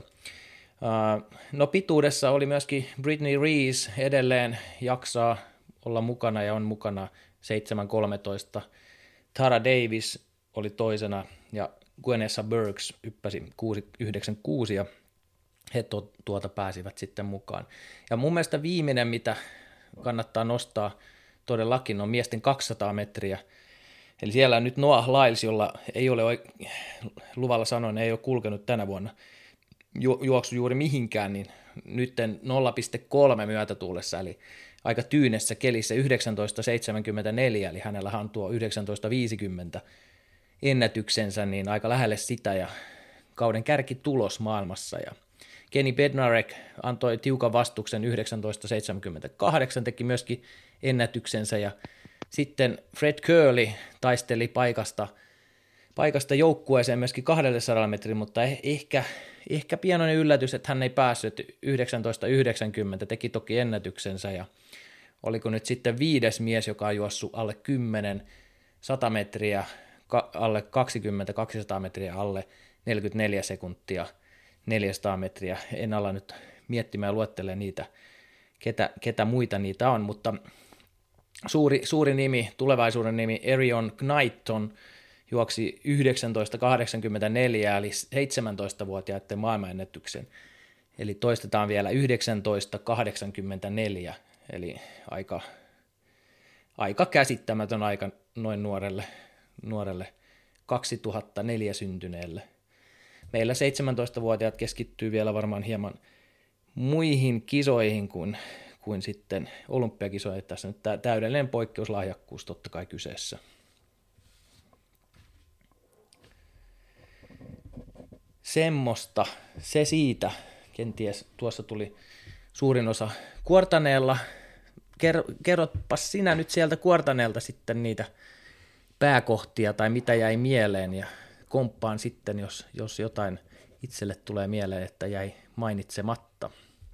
No pituudessa oli myöskin Brittany Reese edelleen jaksaa olla mukana ja on mukana seitsemän kolmetoista. Tara Davis oli toisena ja Guenessa Burks yppäsi kuusi yhdeksänkymmentäkuusi ja he tuota pääsivät sitten mukaan. Ja mun mielestä viimeinen, mitä kannattaa nostaa todellakin, on miesten kaksisataa metriä. Eli siellä on nyt Noah Lyles, jolla ei ole, luvalla sanoen, ei ole kulkenut tänä vuonna ju- juoksu juuri mihinkään, niin nytten nolla pilkku kolme myötätuulessa, eli aika tyynessä kelissä yhdeksäntoista seitsemänkymmentäneljä, eli hänellä on tuo yhdeksäntoista viisikymmentä ennätyksensä, niin aika lähelle sitä, ja kauden kärkitulos maailmassa, ja Kenny Bednarek antoi tiukan vastuksen yhdeksäntoista seitsemänkymmentäkahdeksan, teki myöskin ennätyksensä, ja sitten Fred Curley taisteli paikasta, paikasta joukkueeseen myöskin kaksisataa metrin, mutta ehkä, ehkä pienoinen yllätys, että hän ei päässyt yhdeksäntoista yhdeksänkymmentä, teki toki ennätyksensä, ja oliko nyt sitten viides mies, joka on juossut alle kymmenen, sata metriä, ka- alle kaksikymmentä, kaksisataa metriä, alle neljäkymmentäneljä sekuntia, neljäsataa metriä. En ala nyt miettimään ja luettelemaan niitä, ketä, ketä muita niitä on, mutta suuri, suuri nimi, tulevaisuuden nimi, Erion Knighton, juoksi yhdeksäntoista kahdeksankymmentäneljä, eli seitsemäntoistavuotiaiden maailmanennätyksen. Eli toistetaan vielä yhdeksäntoista kahdeksankymmentäneljä, eli aika, aika käsittämätön aika noin nuorelle, nuorelle kaksituhattaneljä syntyneelle. Meillä seitsemäntoistavuotiaat keskittyy vielä varmaan hieman muihin kisoihin kuin, kuin sitten olympiakisoihin. Tässä nyt täydellinen poikkeuslahjakkuus totta kai kyseessä. Semmosta, se siitä. Kenties tuossa tuli suurin osa Kuortaneella. Kerrotpas sinä nyt sieltä Kuortaneelta sitten niitä pääkohtia tai mitä jäi mieleen ja komppaan sitten, jos, jos jotain itselle tulee mieleen, että jäi mainitsematta.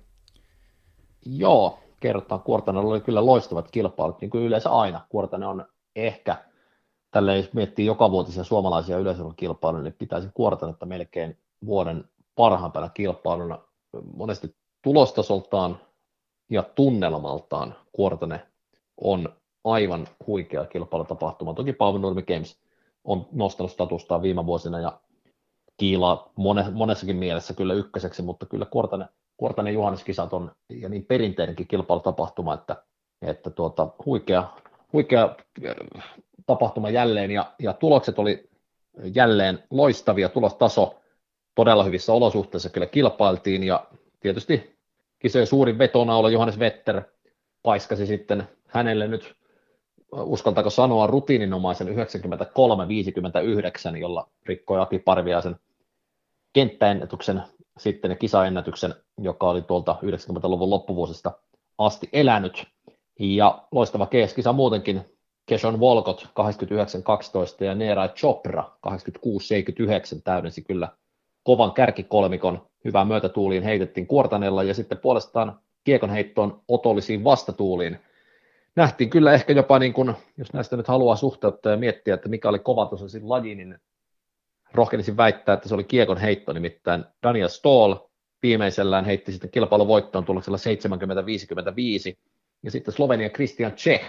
Joo, kerrotaan. Kuortaneella oli kyllä loistavat kilpailut, niin kuin yleensä aina. Kuortane on ehkä, tälle jos miettii jokavuotisia suomalaisia yleisurheilukilpailuja, niin pitäisi Kuortanetta melkein vuoden parhaimpana kilpailuna. Monesti tulostasoltaan ja tunnelmaltaan Kuortane on aivan huikea kilpailutapahtuma. Toki Paavo Nurmi Games on nostanut statustaan viime vuosina ja kiilaa monessakin mielessä kyllä ykköseksi, mutta kyllä Kuortane, Kuortane juhannuskisat on ja niin perinteinenkin kilpailutapahtuma, että, että tuota, huikea, huikea tapahtuma jälleen ja, ja tulokset oli jälleen loistavia, tulostaso todella hyvissä olosuhteissa kyllä kilpailtiin ja tietysti kisojen suurin vetonaula Johannes Vetter paiskasi sitten hänelle nyt, uskaltaako sanoa, rutiininomaisen yhdeksänkymmentäkolme viisikymmentäyhdeksän, jolla rikkoi Aki Parviaisen kenttäennätyksen sitten ja kisaennätyksen, joka oli tuolta yhdeksänkymmentäluvun loppuvuosista asti elänyt. Ja loistava keskisa muutenkin, Keshon Volkot kahdeksankymmentäyhdeksän kaksitoista ja Neeraj Chopra kahdeksankymmentäkuusi seitsemänkymmentäyhdeksän täydensi kyllä kovan kärkikolmikon. Hyvää myötätuuliin heitettiin Kuortanella ja sitten puolestaan kiekonheittoon otollisiin vastatuuliin. Nähtiin kyllä ehkä jopa, niin kuin, jos näistä nyt haluaa suhteuttaa ja miettiä, että mikä oli kovatasoisin laji, niin rohkenisin väittää, että se oli kiekon heitto, nimittäin Daniel Stahl viimeisellään heitti sitten kilpailun voittoon tuloksella seitsemänkymmentä viisikymmentäviisi, ja sitten Slovenian Christian Čech.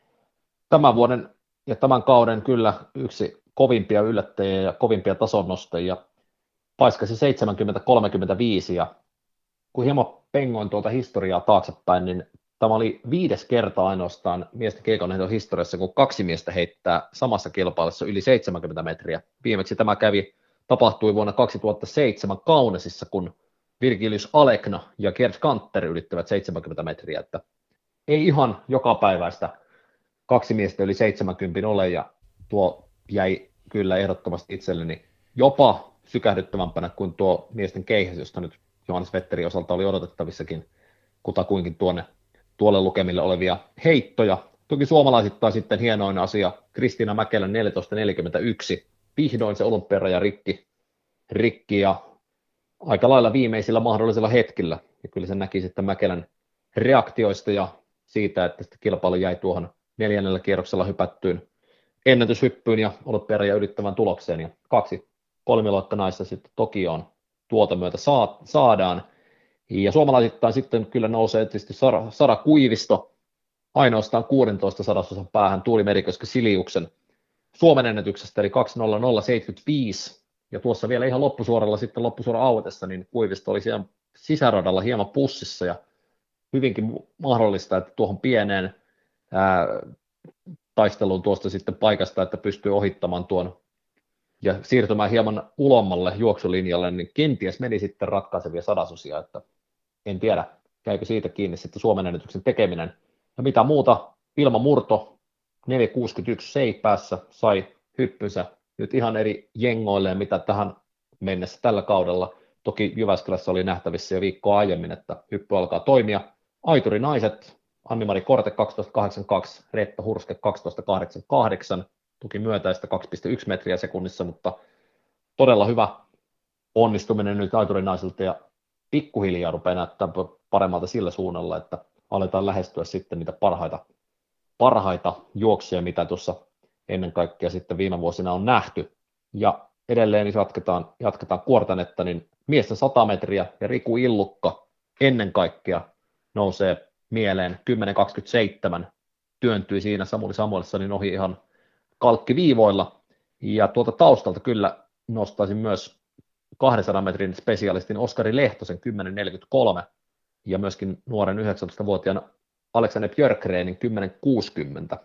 Tämän vuoden ja tämän kauden kyllä yksi kovimpia yllättäjiä ja kovimpia tasonnostajia, paiskasi seitsemänkymmentä kolmekymmentäviisi, ja kun hieman pengoin tuolta historiaa taaksepäin, niin tämä oli viides kerta ainoastaan miesten kiekonheiton historiassa, kun kaksi miestä heittää samassa kilpailussa yli seitsemänkymmentä metriä. Viimeksi tämä kävi, tapahtui vuonna kaksituhattaseitsemän Kaunesissa, kun Virgilius Alekna ja Gerd Kanter ylittävät seitsemänkymmentä metriä. Että ei ihan jokapäiväistä kaksi miestä yli seitsemänkymmentä ole, ja tuo jäi kyllä ehdottomasti itselleni jopa sykähdyttävämpänä kuin tuo miesten keihäs, josta nyt Johannes Vetterin osalta oli odotettavissakin kutakuinkin tuonne tuolle lukemille olevia heittoja. Toki suomalaisittain sitten hienoin asia, Kristiina Mäkelän neljätoista neljäkymmentäyksi, vihdoin se olympiaraja rikki, rikki ja aika lailla viimeisillä mahdollisilla hetkillä. Ja kyllä se näki sitten Mäkelän reaktioista ja siitä, että sitten kilpailu jäi tuohon neljännellä kierroksella hypättyyn ennätyshyppyyn ja olympiaraja ylittävän tulokseen. Ja kaksi kolmiloikka naista sitten Tokioon tuota myötä saadaan. Ja suomalaisittain sitten kyllä nousee tietysti Sara, Sara Kuivisto ainoastaan kuusitoista sadasosan päähän Tuuli Merikoski Siliuksen Suomen ennätyksestä, eli kaksi nolla nolla seitsemänkymmentäviisi. Ja tuossa vielä ihan loppusuoralla sitten loppusuora auetessa, niin Kuivisto oli siellä sisäradalla hieman pussissa ja hyvinkin mahdollista, että tuohon pieneen ää, taisteluun tuosta sitten paikasta, että pystyy ohittamaan tuon ja siirtymään hieman ulommalle juoksulinjalle, niin kenties meni sitten ratkaisevia sadasosia, että en tiedä, käykö siitä kiinni sitten Suomen ennätyksen tekeminen. Ja mitä muuta, Vilma Murto, neljä kuusikymmentäyksi seipäässä, sai hyppynsä nyt ihan eri jengoilleen, mitä tähän mennessä tällä kaudella. Toki Jyväskylässä oli nähtävissä jo viikkoa aiemmin, että hyppy alkaa toimia. Aituri naiset, Anni-Mari Korte kaksitoista kahdeksankymmentäkaksi, Reetta Hurske kaksitoista kahdeksankymmentäkahdeksan, toki myötäistä kaksi pilkku yksi metriä sekunnissa, mutta todella hyvä onnistuminen nyt aiturinaisilta ja pikkuhiljaa rupeaa näyttää paremmalta sillä suunnalla, että aletaan lähestyä sitten niitä parhaita, parhaita juoksuja, mitä tuossa ennen kaikkea sitten viime vuosina on nähty. Ja edelleen niin jatketaan, jatketaan kuortanetta, niin miesten sata metriä ja Riku Illukka ennen kaikkea nousee mieleen kymmenen kaksikymmentäseitsemän, työntyi siinä Samuli Samuelssonin ohi ihan kalkkiviivoilla, ja tuolta taustalta kyllä nostaisin myös kahdensadan metrin spesialistin Oskari Lehtosen kymmenen neljäkymmentäkolme, ja myöskin nuoren yhdeksäntoistavuotiaan Alexander Björkgrenin kymmenen kuusikymmentä,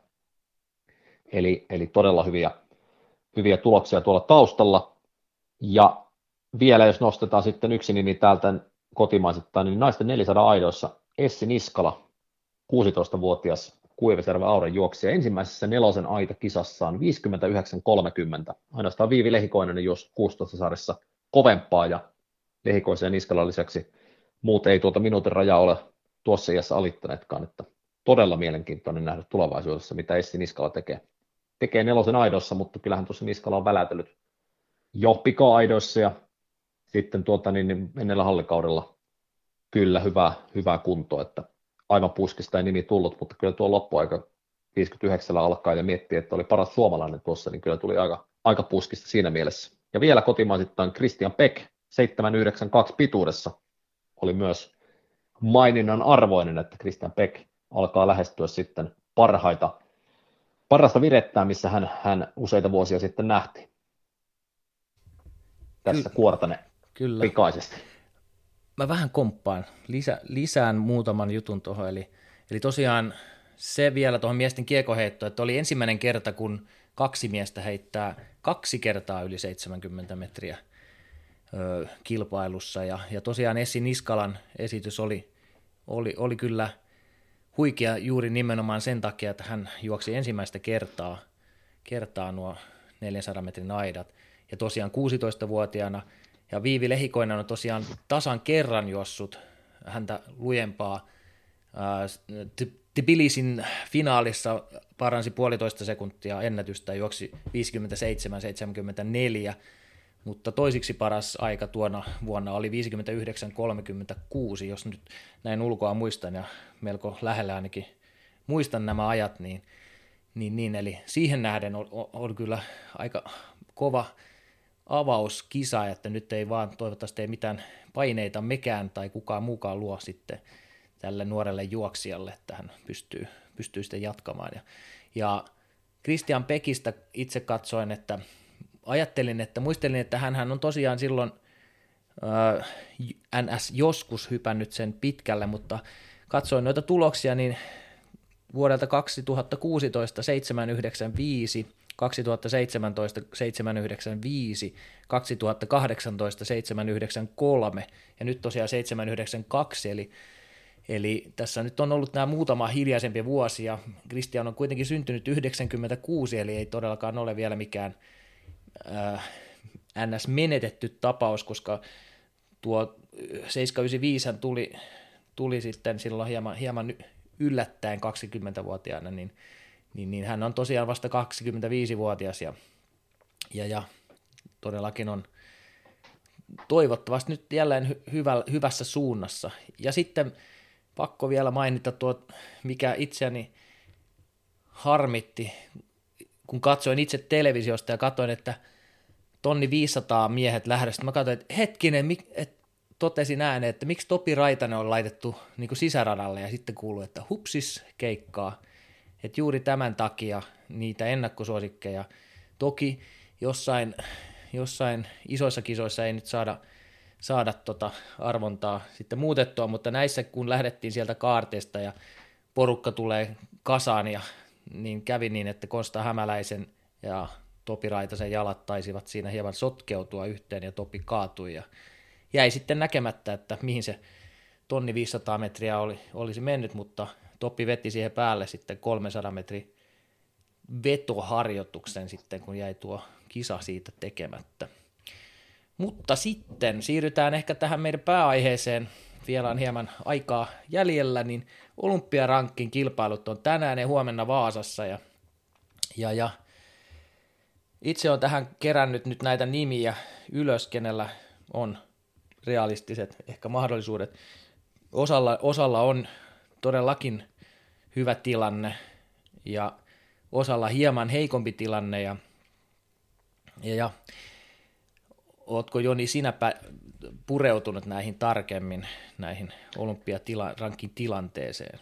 eli, eli todella hyviä, hyviä tuloksia tuolla taustalla, ja vielä jos nostetaan sitten yksi nimi täältä kotimaisittain, niin naisten neljäsadan aidoissa Essi Niskala, kuusitoistavuotias Kuivaserven Auran juoksija, ensimmäisessä nelosen aita kisassaan viisikymmentäyhdeksän kolmekymmentä. Ainoastaan Viivi Lehikoinen juosi kuusitoista sarjassa kovempaa, ja Lehikoisen ja Niskalan lisäksi muut ei tuota minuutin rajaa ole tuossa iässä alittaneetkaan, että todella mielenkiintoinen nähdä tulevaisuudessa, mitä Essi Niskala tekee. Tekee nelosen aidoissa, mutta kyllähän tuossa Niskala on välätellyt jo pika-aidoissa, ja sitten tuota, niin mennellä hallikaudella kyllä hyvää, hyvää kuntoa, että aivan puskista ei nimi tullut, mutta kyllä tuo loppuaika viisikymmentäyhdeksän alkaa ja miettii, että oli paras suomalainen tuossa, niin kyllä tuli aika, aika puskista siinä mielessä. Ja vielä kotimaisittain Christian Beck seitsemän yhdeksänkymmentäkaksi pituudessa oli myös maininnan arvoinen, että Christian Beck alkaa lähestyä sitten parhaita, parasta virettää, missä hän, hän useita vuosia sitten nähtiin. Tässä Ky- kuortane kyllä. Pikaisesti. Mä vähän komppaan, Lisä, lisään muutaman jutun tuohon, eli, eli tosiaan se vielä tuohon miesten kiekoheittoon, että oli ensimmäinen kerta, kun kaksi miestä heittää kaksi kertaa yli seitsemänkymmentä metriä ö, kilpailussa, ja, ja tosiaan Essi Niskalan esitys oli, oli, oli kyllä huikea juuri nimenomaan sen takia, että hän juoksi ensimmäistä kertaa, kertaa nuo neljänsadan metrin aidat, ja tosiaan kuusitoistavuotiaana, ja Viivi Lehikoinen on tosiaan tasan kerran juossut häntä lujempaa. Tbilisin finaalissa paransi puolitoista sekuntia ennätystä, juoksi viisikymmentäseitsemän seitsemänkymmentäneljä, mutta toisiksi paras aika tuona vuonna oli viisikymmentäyhdeksän kolmekymmentäkuusi, jos nyt näin ulkoa muistan ja melko lähellä ainakin muistan nämä ajat, niin, niin, niin eli siihen nähden on, on kyllä aika kova avauskisa, että nyt ei vaan toivottavasti ei mitään paineita mekään tai kukaan muukaan luo sitten tälle nuorelle juoksijalle, että hän pystyy, pystyy sitten jatkamaan. Ja, ja Christian Beckistä itse katsoin, että ajattelin, että muistelin, että hän on tosiaan silloin äh, N S joskus hypännyt sen pitkälle, mutta katsoin noita tuloksia, niin vuodelta kaksituhattakuusitoista seitsemän yhdeksänkymmentäviisi, kaksituhattaseitsemäntoista seitsemän yhdeksänkymmentäviisi, kaksituhattakahdeksantoista seitsemän yhdeksänkymmentäkolme ja nyt tosiaan seitsemän yhdeksänkymmentäkaksi, eli, eli tässä nyt on ollut nämä muutama hiljaisempia vuosia. Christian on kuitenkin syntynyt yhdeksänkymmentäkuusi, eli ei todellakaan ole vielä mikään äh, N S-menetetty tapaus, koska tuo seitsemän yhdeksänkymmentäviisi tuli, tuli sitten silloin hieman, hieman yllättäen kaksikymmentävuotiaana, niin Niin, niin hän on tosiaan vasta kaksikymmentäviisivuotias ja, ja, ja todellakin on toivottavasti nyt jälleen hy, hyvä, hyvässä suunnassa. Ja sitten pakko vielä mainita tuo, mikä itseäni harmitti, kun katsoin itse televisiosta ja katsoin, että tonni viisisataa miehet lähdöstä. Mä katsoin, että hetkinen, mik, et, totesin ääneen, että miksi Topi Raitanen on laitettu niin kuin sisäradalle ja sitten kuului, että hupsis keikkaa. Että juuri tämän takia niitä ennakkosuosikkeja, toki jossain, jossain isoissa kisoissa ei nyt saada, saada tota arvontaa sitten muutettua, mutta näissä kun lähdettiin sieltä kaarteesta ja porukka tulee kasaan, ja niin kävi niin, että Konsta Hämäläisen ja Topi Raitasen jalat taisivat siinä hieman sotkeutua yhteen ja Topi kaatui ja jäi sitten näkemättä, että mihin se tonni viisisataa metriä oli, olisi mennyt, mutta Topi veti siihen päälle sitten kolmesataa metrin vetoharjoituksen sitten, kun jäi tuo kisa siitä tekemättä. Mutta sitten siirrytään ehkä tähän meidän pääaiheeseen, vielä on hieman aikaa jäljellä, niin olympiarankin kilpailut on tänään ja huomenna Vaasassa, ja, ja, ja itse olen tähän kerännyt nyt näitä nimiä ylös, kenellä on realistiset ehkä mahdollisuudet. Osalla, osalla on todellakin hyvä tilanne ja osalla hieman heikompi tilanne, ja, ja, ja ootko Joni sinä pureutunut näihin tarkemmin, näihin olympiarankin tilanteeseen?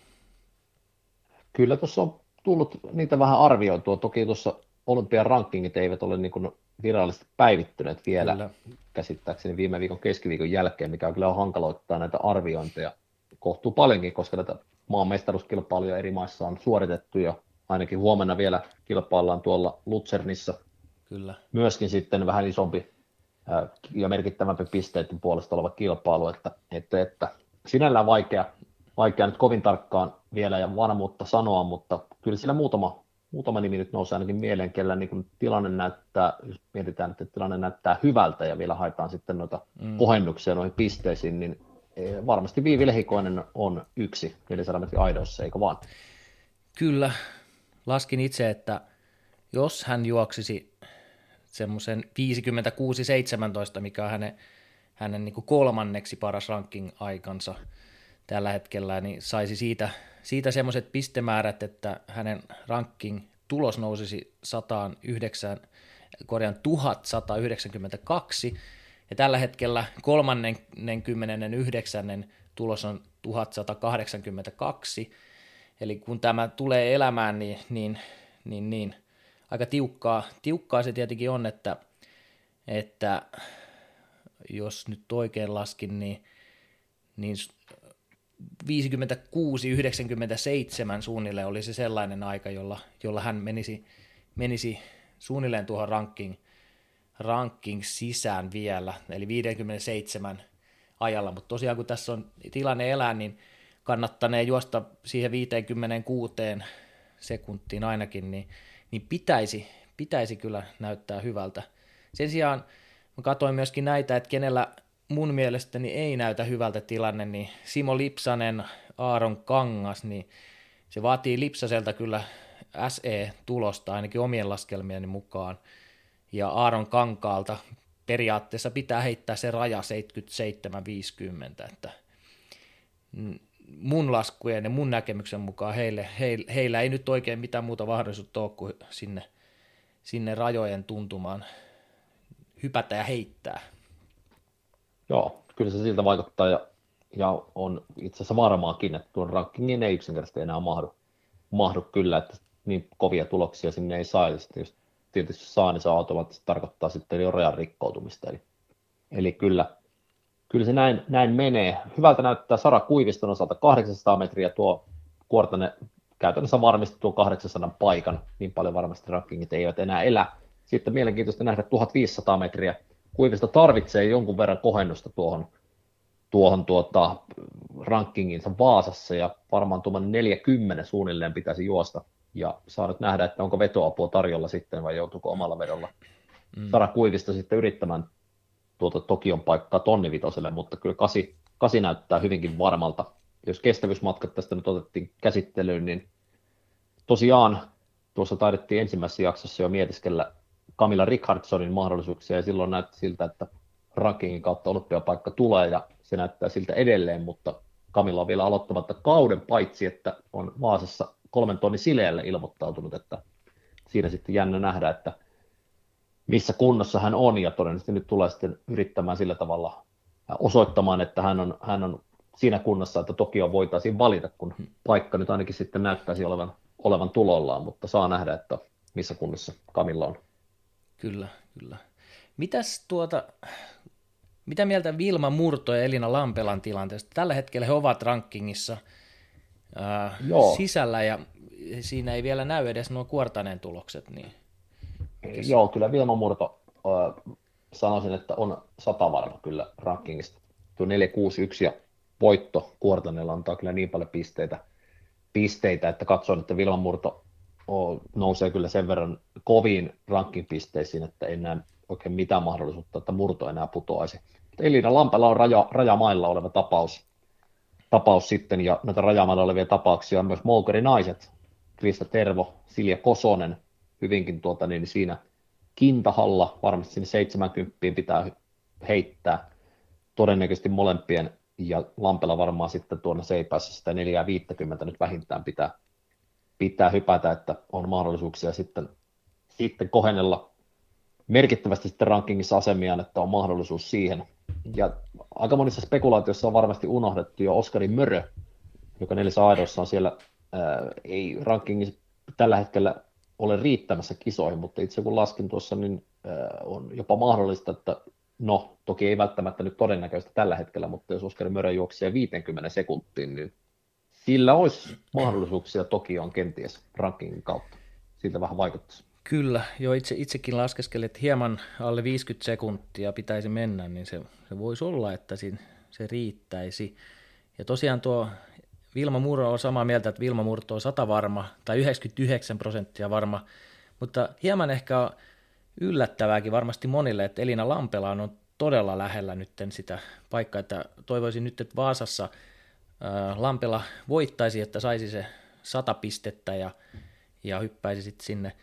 Kyllä tuossa on tullut niitä vähän arvioitua. Toki tuossa olympian rankingit eivät ole niin kuin virallisesti päivittyneet vielä, kyllä, käsittääkseni viime viikon keskiviikon jälkeen, mikä kyllä hankaloittaa näitä arviointeja kohtuu paljonkin, koska näitä maan mestaruuskilpailuja eri maissa on suoritettu ja ainakin huomenna vielä kilpaillaan tuolla Luzernissa. Kyllä. Myöskin sitten vähän isompi ja merkittävämpi pisteiden puolesta oleva kilpailu, että, että, että sinällään vaikea, vaikea nyt kovin tarkkaan vielä ja varmuutta sanoa, mutta kyllä siellä muutama, muutama nimi nyt nousee ainakin mieleen, kellä niin tilanne näyttää, jos mietitään, että tilanne näyttää hyvältä ja vielä haetaan sitten noita mm. kohennuksia noihin pisteisiin, niin varmasti Viivi Lehikoinen on yksi neljäsataa metrin aidoissa, eikö vaan? Kyllä, laskin itse, että jos hän juoksisi semmoisen viisikymmentäkuusi seitsemäntoista, mikä on hänen, hänen niin kuin kolmanneksi paras ranking-aikansa tällä hetkellä, niin saisi siitä, siitä semmoiset pistemäärät, että hänen ranking-tulos nousisi sata yhdeksän, korjaan tuhatsata yhdeksänkymmentäkaksi, ja tällä hetkellä kolmaskymmenesyhdeksäs tulos on tuhatsata kahdeksankymmentäkaksi, eli kun tämä tulee elämään, niin, niin, niin, niin aika tiukkaa, tiukkaa se tietenkin on, että, että jos nyt oikein laskin, niin, niin viisikymmentäkuusi yhdeksänkymmentäseitsemän suunnilleen oli se sellainen aika, jolla, jolla hän menisi, menisi suunnilleen tuohon ranking, ranking sisään vielä, eli viisikymmentäseitsemän ajalla, mutta tosiaan kun tässä on tilanne elää, niin kannattanee juosta siihen viisikymmentäkuusi sekuntiin ainakin, niin niin pitäisi, pitäisi kyllä näyttää hyvältä. Sen sijaan mä katsoin myöskin näitä, että kenellä mun mielestäni ei näytä hyvältä tilanne, niin Simo Lipsanen, Aaron Kangas, niin se vaatii Lipsaselta kyllä S E-tulosta ainakin omien laskelmieni mukaan, ja Aaron Kankaalta periaatteessa pitää heittää se raja seitsemänkymmentäseitsemän viisikymmentä, että mun laskujen ja mun näkemyksen mukaan heille, heillä, heillä ei nyt oikein mitään muuta mahdollisuutta ole kuin sinne, sinne rajojen tuntumaan hypätä ja heittää. Joo, kyllä se siltä vaikuttaa ja, ja on itse asiassa varmaankin, että tuon rankingin ei yksinkertaisesti enää mahdu, mahdu kyllä, että niin kovia tuloksia sinne ei saa, ja sitten jos tietysti saa, niin se automaattisesti tarkoittaa sitten jo rajan rikkoutumista, eli, eli kyllä, Kyllä se näin, näin menee. Hyvältä näyttää Sara Kuiviston osalta kahdeksansataa metriä, tuo Kuortane käytännössä varmisti tuon kahdeksansadan paikan, niin paljon varmasti rankingit eivät enää elä. Sitten mielenkiintoista nähdä tuhatviisisataa metriä. Kuivisto tarvitsee jonkun verran kohennusta tuohon, tuohon tuota, rankinginsa Vaasassa, ja varmaan tuommoinen neljäkymmentä suunnilleen pitäisi juosta, ja saa nyt nähdä, että onko vetoapua tarjolla sitten, vai joutuuko omalla vedolla mm. Sara Kuivisto sitten yrittämään tuota Tokion paikkaa tonnivitoselle, mutta kyllä kasi, kasi näyttää hyvinkin varmalta. Jos kestävyysmatkat tästä nyt otettiin käsittelyyn, niin tosiaan tuossa taidettiin ensimmäisessä jaksossa jo mietiskellä Camilla Richardsonin mahdollisuuksia, ja silloin näytti siltä, että rankingin kautta olympiapaikka tulee, ja se näyttää siltä edelleen, mutta Camilla on vielä aloittamatta kauden, paitsi että on Vaasassa kolmen tonnin sileälle ilmoittautunut, että siinä sitten jännä nähdä, että missä kunnossa hän on, ja todennäköisesti nyt tulee sitten yrittämään sillä tavalla osoittamaan, että hän on, hän on siinä kunnossa, että Tokio voitaisiin valita, kun paikka nyt ainakin sitten näyttäisi olevan, olevan tulollaan, mutta saa nähdä, että missä kunnossa Camilla on. Kyllä, kyllä. Mitäs tuota, mitä mieltä Vilma Murto ja Elina Lampelan tilanteesta? Tällä hetkellä he ovat rankingissa ää, sisällä ja siinä ei vielä näy edes nuo Kuortaneen tulokset. Niin. Joo, kyllä Vilma Murto äh, sanoisin, että on sata varma kyllä rankingista. Tuo neljä kuusi yksi ja voitto Kuortaneella antaa kyllä niin paljon pisteitä, pisteitä että katson, että Vilma Murto oh, nousee kyllä sen verran koviin ranking-pisteisiin, että ei näe oikein mitään mahdollisuutta, että Murto enää putoaisi. Elina Lampela on raja, rajamailla oleva tapaus, tapaus sitten, ja näitä rajamailla olevia tapauksia on myös Moukarinaiset, Krista Tervo, Silja Kosonen, hyvinkin tuota, niin siinä kintahalla, varmasti sinne seitsemänkymmentä pitää heittää, todennäköisesti molempien, ja Lampela varmaan sitten tuonne Seipässä sitä neljä viisikymmentä nyt vähintään pitää, pitää hypätä, että on mahdollisuuksia sitten, sitten kohennella merkittävästi sitten rankingissa asemiaan, että on mahdollisuus siihen. Ja aika monissa spekulaatioissa on varmasti unohdettu jo Oskari Mörö, joka neljässä aidoissa on siellä, ää, ei rankingissa tällä hetkellä ole riittämässä kisoihin, mutta itse kun laskin tuossa, niin ää, on jopa mahdollista, että no, toki ei välttämättä nyt todennäköistä tällä hetkellä, mutta jos Oskari Mörö juoksee viisikymmentä sekuntiin, niin sillä olisi mahdollisuuksia Tokioon kenties rankingin kautta. Siltä vähän vaikuttaisi. Kyllä, jo itse, itsekin laskeskelin, että hieman alle viisikymmentä sekuntia pitäisi mennä, niin se, se voisi olla, että siinä, se riittäisi. Ja tosiaan tuo Vilma Murto on samaa mieltä, että Vilma Murto on sata varma, tai yhdeksänkymmentäyhdeksän prosenttia varma, mutta hieman ehkä yllättävääkin varmasti monille, että Elina Lampela on todella lähellä nyt sitä paikkaa, että toivoisin nyt, että Vaasassa ää, Lampela voittaisi, että saisi se sata pistettä ja, ja hyppäisi sitten sinne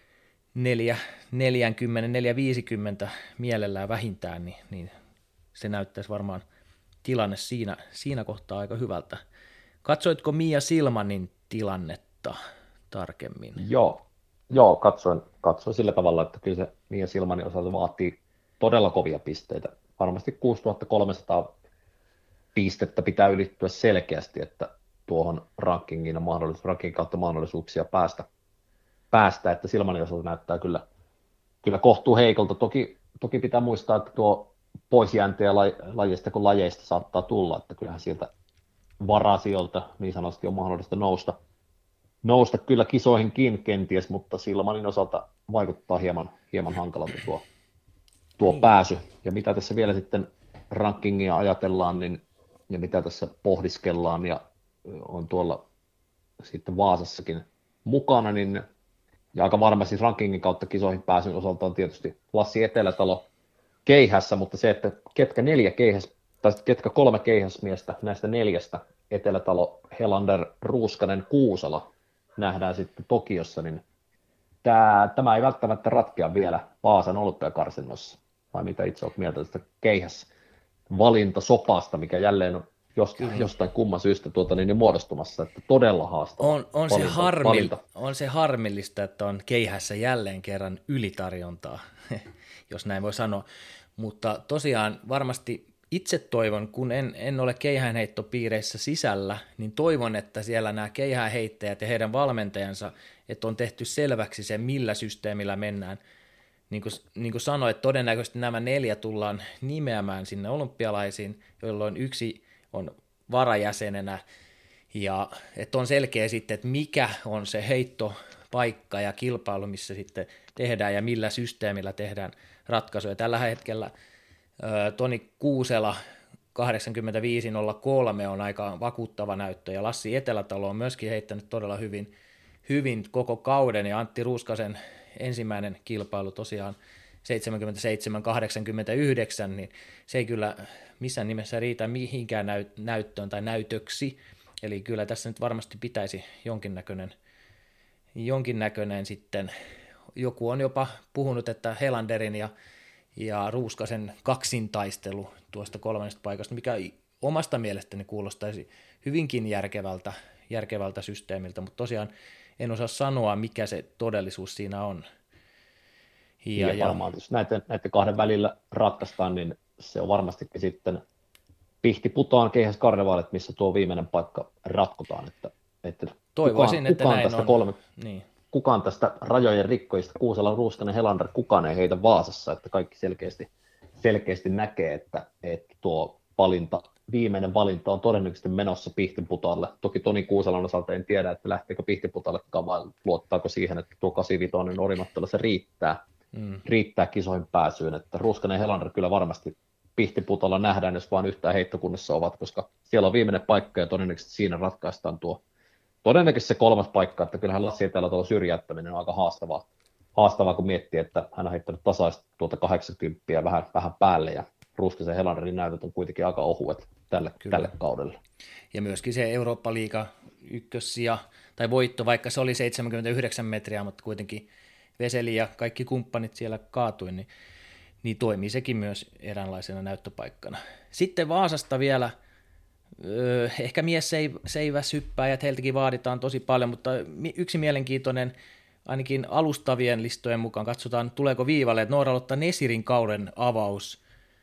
neljä neljäkymmentä, neljä viisikymmentä mielellään vähintään, niin, niin se näyttäisi varmaan tilanne siinä, siinä kohtaa aika hyvältä. Katsoitko Mia Silmanin tilannetta tarkemmin? Joo, joo katsoin, katsoin sillä tavalla, että kyllä se Mia Silmanin osalta vaatii todella kovia pisteitä. Varmasti kuusituhattakolmesataa pistettä pitää ylittyä selkeästi, että tuohon rankingin, mahdollisuus, rankingin kautta mahdollisuuksia päästä, päästä, että Silmanin osalta näyttää kyllä, kyllä kohtuu heikolta. Toki, toki pitää muistaa, että tuo poisjääntiä lajeista kuin lajeista saattaa tulla, että kyllähän sieltä varasijoilta niin sanotusti on mahdollista nousta, nousta kyllä kisoihinkin kenties, mutta Silmanin osalta vaikuttaa hieman, hieman hankalalta tuo, tuo mm. pääsy. Ja mitä tässä vielä sitten rankingia ajatellaan, niin, ja mitä tässä pohdiskellaan, ja on tuolla sitten Vaasassakin mukana, niin ja aika varmasti rankingin kautta kisoihin pääsyn osalta on tietysti Lassi Etelätalo keihässä, mutta se, että ketkä neljä keihäs, tai ketkä kolme keihäsmiestä näistä neljästä, Etelätalo, Helander, Ruuskanen, Kuusala, nähdään sitten Tokiossa, niin tämä, tämä ei välttämättä ratkea vielä Vaasan olympiakarsinnossa, vai mitä itse olet mieltä tästä keihäsvalintasopasta, mikä jälleen on jostain, jostain kumman syystä tuota, niin, niin muodostumassa, että todella haastava on, on, valinta, se harmi, on se harmillista, että on keihässä jälleen kerran ylitarjontaa, jos näin voi sanoa, mutta tosiaan varmasti itse toivon, kun en, en ole keihäänheittopiireissä sisällä, niin toivon, että siellä nämä keihäänheittäjät ja heidän valmentajansa, että on tehty selväksi se, millä systeemillä mennään. Niin kuin, niin kuin sanoin, että todennäköisesti nämä neljä tullaan nimeämään sinne olympialaisiin, jolloin yksi on varajäsenenä, ja että on selkeä sitten, että mikä on se heittopaikka ja kilpailu, missä sitten tehdään ja millä systeemillä tehdään ratkaisuja. Tällä hetkellä Toni Kuusela kahdeksankymmentäviisi nolla kolme on aika vakuuttava näyttö, ja Lassi Etelätalo on myöskin heittänyt todella hyvin, hyvin koko kauden, ja Antti Ruuskasen ensimmäinen kilpailu tosiaan seitsemänkymmentäseitsemän kahdeksankymmentäyhdeksän, niin se ei kyllä missään nimessä riitä mihinkään näyttöön tai näytöksi, eli kyllä tässä nyt varmasti pitäisi jonkinnäköinen, jonkinnäköinen sitten, joku on jopa puhunut, että Helanderin ja ja Ruuskasen kaksintaistelu tuosta kolmannesta paikasta, mikä omasta mielestäni kuulostaisi hyvinkin järkevältä, järkevältä systeemiltä, mutta tosiaan en osaa sanoa, mikä se todellisuus siinä on. Ja, ja varmaan, jos näiden, näiden kahden välillä ratkaistaan, niin se on varmastikin sitten pihti putoaan keihäs karnevaalit, missä tuo viimeinen paikka ratkotaan. Että, että Toivoisin, kukaan, että kukaan näin tästä on. Kolme, niin. Kukaan tästä rajojen rikkojista, Kuusela, Ruuskanen, Helander, kukaan ei heitä Vaasassa, että kaikki selkeästi, selkeästi näkee, että, että tuo valinta, viimeinen valinta on todennäköisesti menossa Pihtiputaalle. Toki Toni Kuusalon osalta en tiedä, että lähteekö Pihtiputaallekaan vai luottaako siihen, että tuo kahdeksankymmentäviisi Orimattola se riittää, mm. riittää kisoihin pääsyyn. Että Ruskanen ja Helander kyllä varmasti Pihtiputaalla nähdään, jos vain yhtään heittokunnassa ovat, koska siellä on viimeinen paikka ja todennäköisesti siinä ratkaistaan tuo todennäköisesti se kolmas paikka, että kyllähän Lassi Etelä tuolla syrjäyttäminen on aika haastavaa, haastavaa kun miettii, että hän on heittänyt tasaista tuota kahdeksankymmentä vähän, vähän päälle ja Ruskasen ja Helanderin näytöt on kuitenkin aika ohuet tälle, tälle kaudelle. Ja myöskin se Eurooppa-liiga ykkössija tai voitto, vaikka se oli seitsemänkymmentäyhdeksän metriä, mutta kuitenkin Veseli ja kaikki kumppanit siellä kaatui, niin, niin toimii sekin myös eräänlaisena näyttöpaikkana. Sitten Vaasasta vielä, öö, ehkä mies seiväs hyppääjät, heiltäkin vaaditaan tosi paljon, mutta yksi mielenkiintoinen, ainakin alustavien listojen mukaan, katsotaan tuleeko viivalle, että Noora-Lotta Nesirin kauden avaus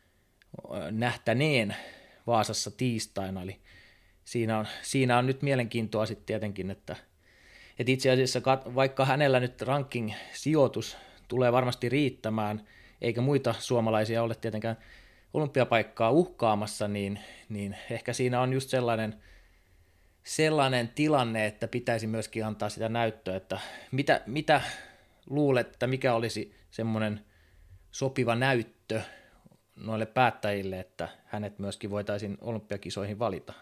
nähtäneen Vaasassa tiistaina, eli siinä on, siinä on nyt mielenkiintoa sitten tietenkin, että, että itse asiassa vaikka hänellä nyt ranking-sijoitus tulee varmasti riittämään, eikä muita suomalaisia ole tietenkään olympiapaikkaa uhkaamassa, niin, niin ehkä siinä on just sellainen, sellainen tilanne, että pitäisi myöskin antaa sitä näyttöä, että mitä, mitä luulet, että mikä olisi semmoinen sopiva näyttö noille päättäjille, että hänet myöskin voitaisiin olympiakisoihin valita?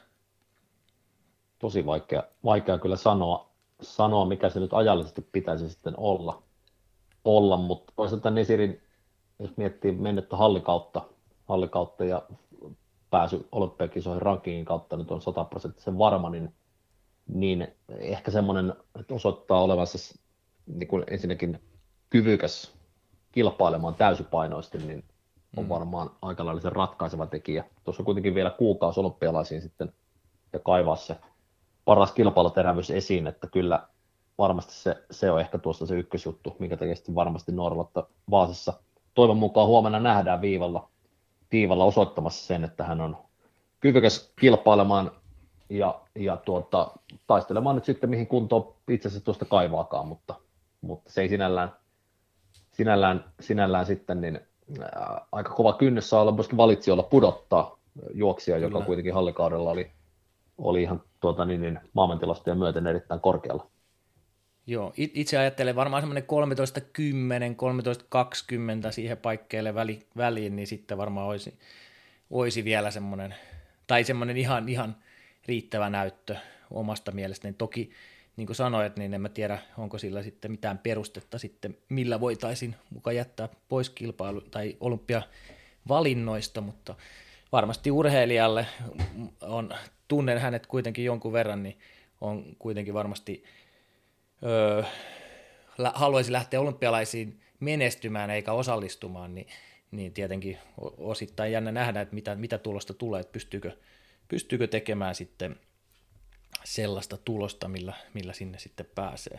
Tosi vaikea, vaikea kyllä sanoa, sanoa, mikä se nyt ajallisesti pitäisi sitten olla, olla mutta toisaalta Nesirin, jos miettii mennyttä hallikautta, hallikautta ja pääsy olympiakisoihin rankingin kautta nyt on sataprosenttisen varma, niin, niin ehkä semmoinen, että osoittaa olevansa niin kuin ensinnäkin kyvykäs kilpailemaan täysipainoisesti, niin on varmaan aika lailla se ratkaiseva tekijä. Tuossa on kuitenkin vielä kuukausi olympialaisiin sitten ja kaivaa se paras kilpailuterävyys esiin, että kyllä varmasti se, se on ehkä tuossa se ykkösjuttu, minkä takia sitten varmasti Noora-Lotta Vaasassa toivon mukaan huomenna nähdään viivalla, viivalla osoittamassa sen, että hän on kyvykäs kilpailemaan ja, ja tuota, taistelemaan nyt sitten mihin kuntoon itse asiassa tuosta kaivaakaan, mutta, mutta se ei sinällään, sinällään, sinällään sitten niin ää, aika kova kynnys saa olla myöskin valitsijoilla pudottaa juoksija, joka Kyllä. kuitenkin hallikaudella oli, oli ihan tuota, niin, niin, maailmantilastoja myöten erittäin korkealla. Joo, itse ajattelen varmaan semmoinen kolmetoista kymmenen, kolmetoista kaksikymmentä siihen paikkeille väli, väliin, niin sitten varmaan olisi, olisi vielä semmoinen, tai semmoinen ihan, ihan riittävä näyttö omasta mielestäni. Toki, niin kuin sanoit, niin en mä tiedä, onko sillä sitten mitään perustetta sitten, millä voitaisiin mukaan jättää pois kilpailu- tai olympiavalinnoista, mutta varmasti urheilijalle on, tunnen hänet kuitenkin jonkun verran, niin on kuitenkin varmasti Öö, haluaisi lähteä olympialaisiin menestymään eikä osallistumaan, niin, niin tietenkin osittain jännä nähdä, että mitä, mitä tulosta tulee, että pystyykö, pystyykö tekemään sitten sellaista tulosta, millä, millä sinne sitten pääsee.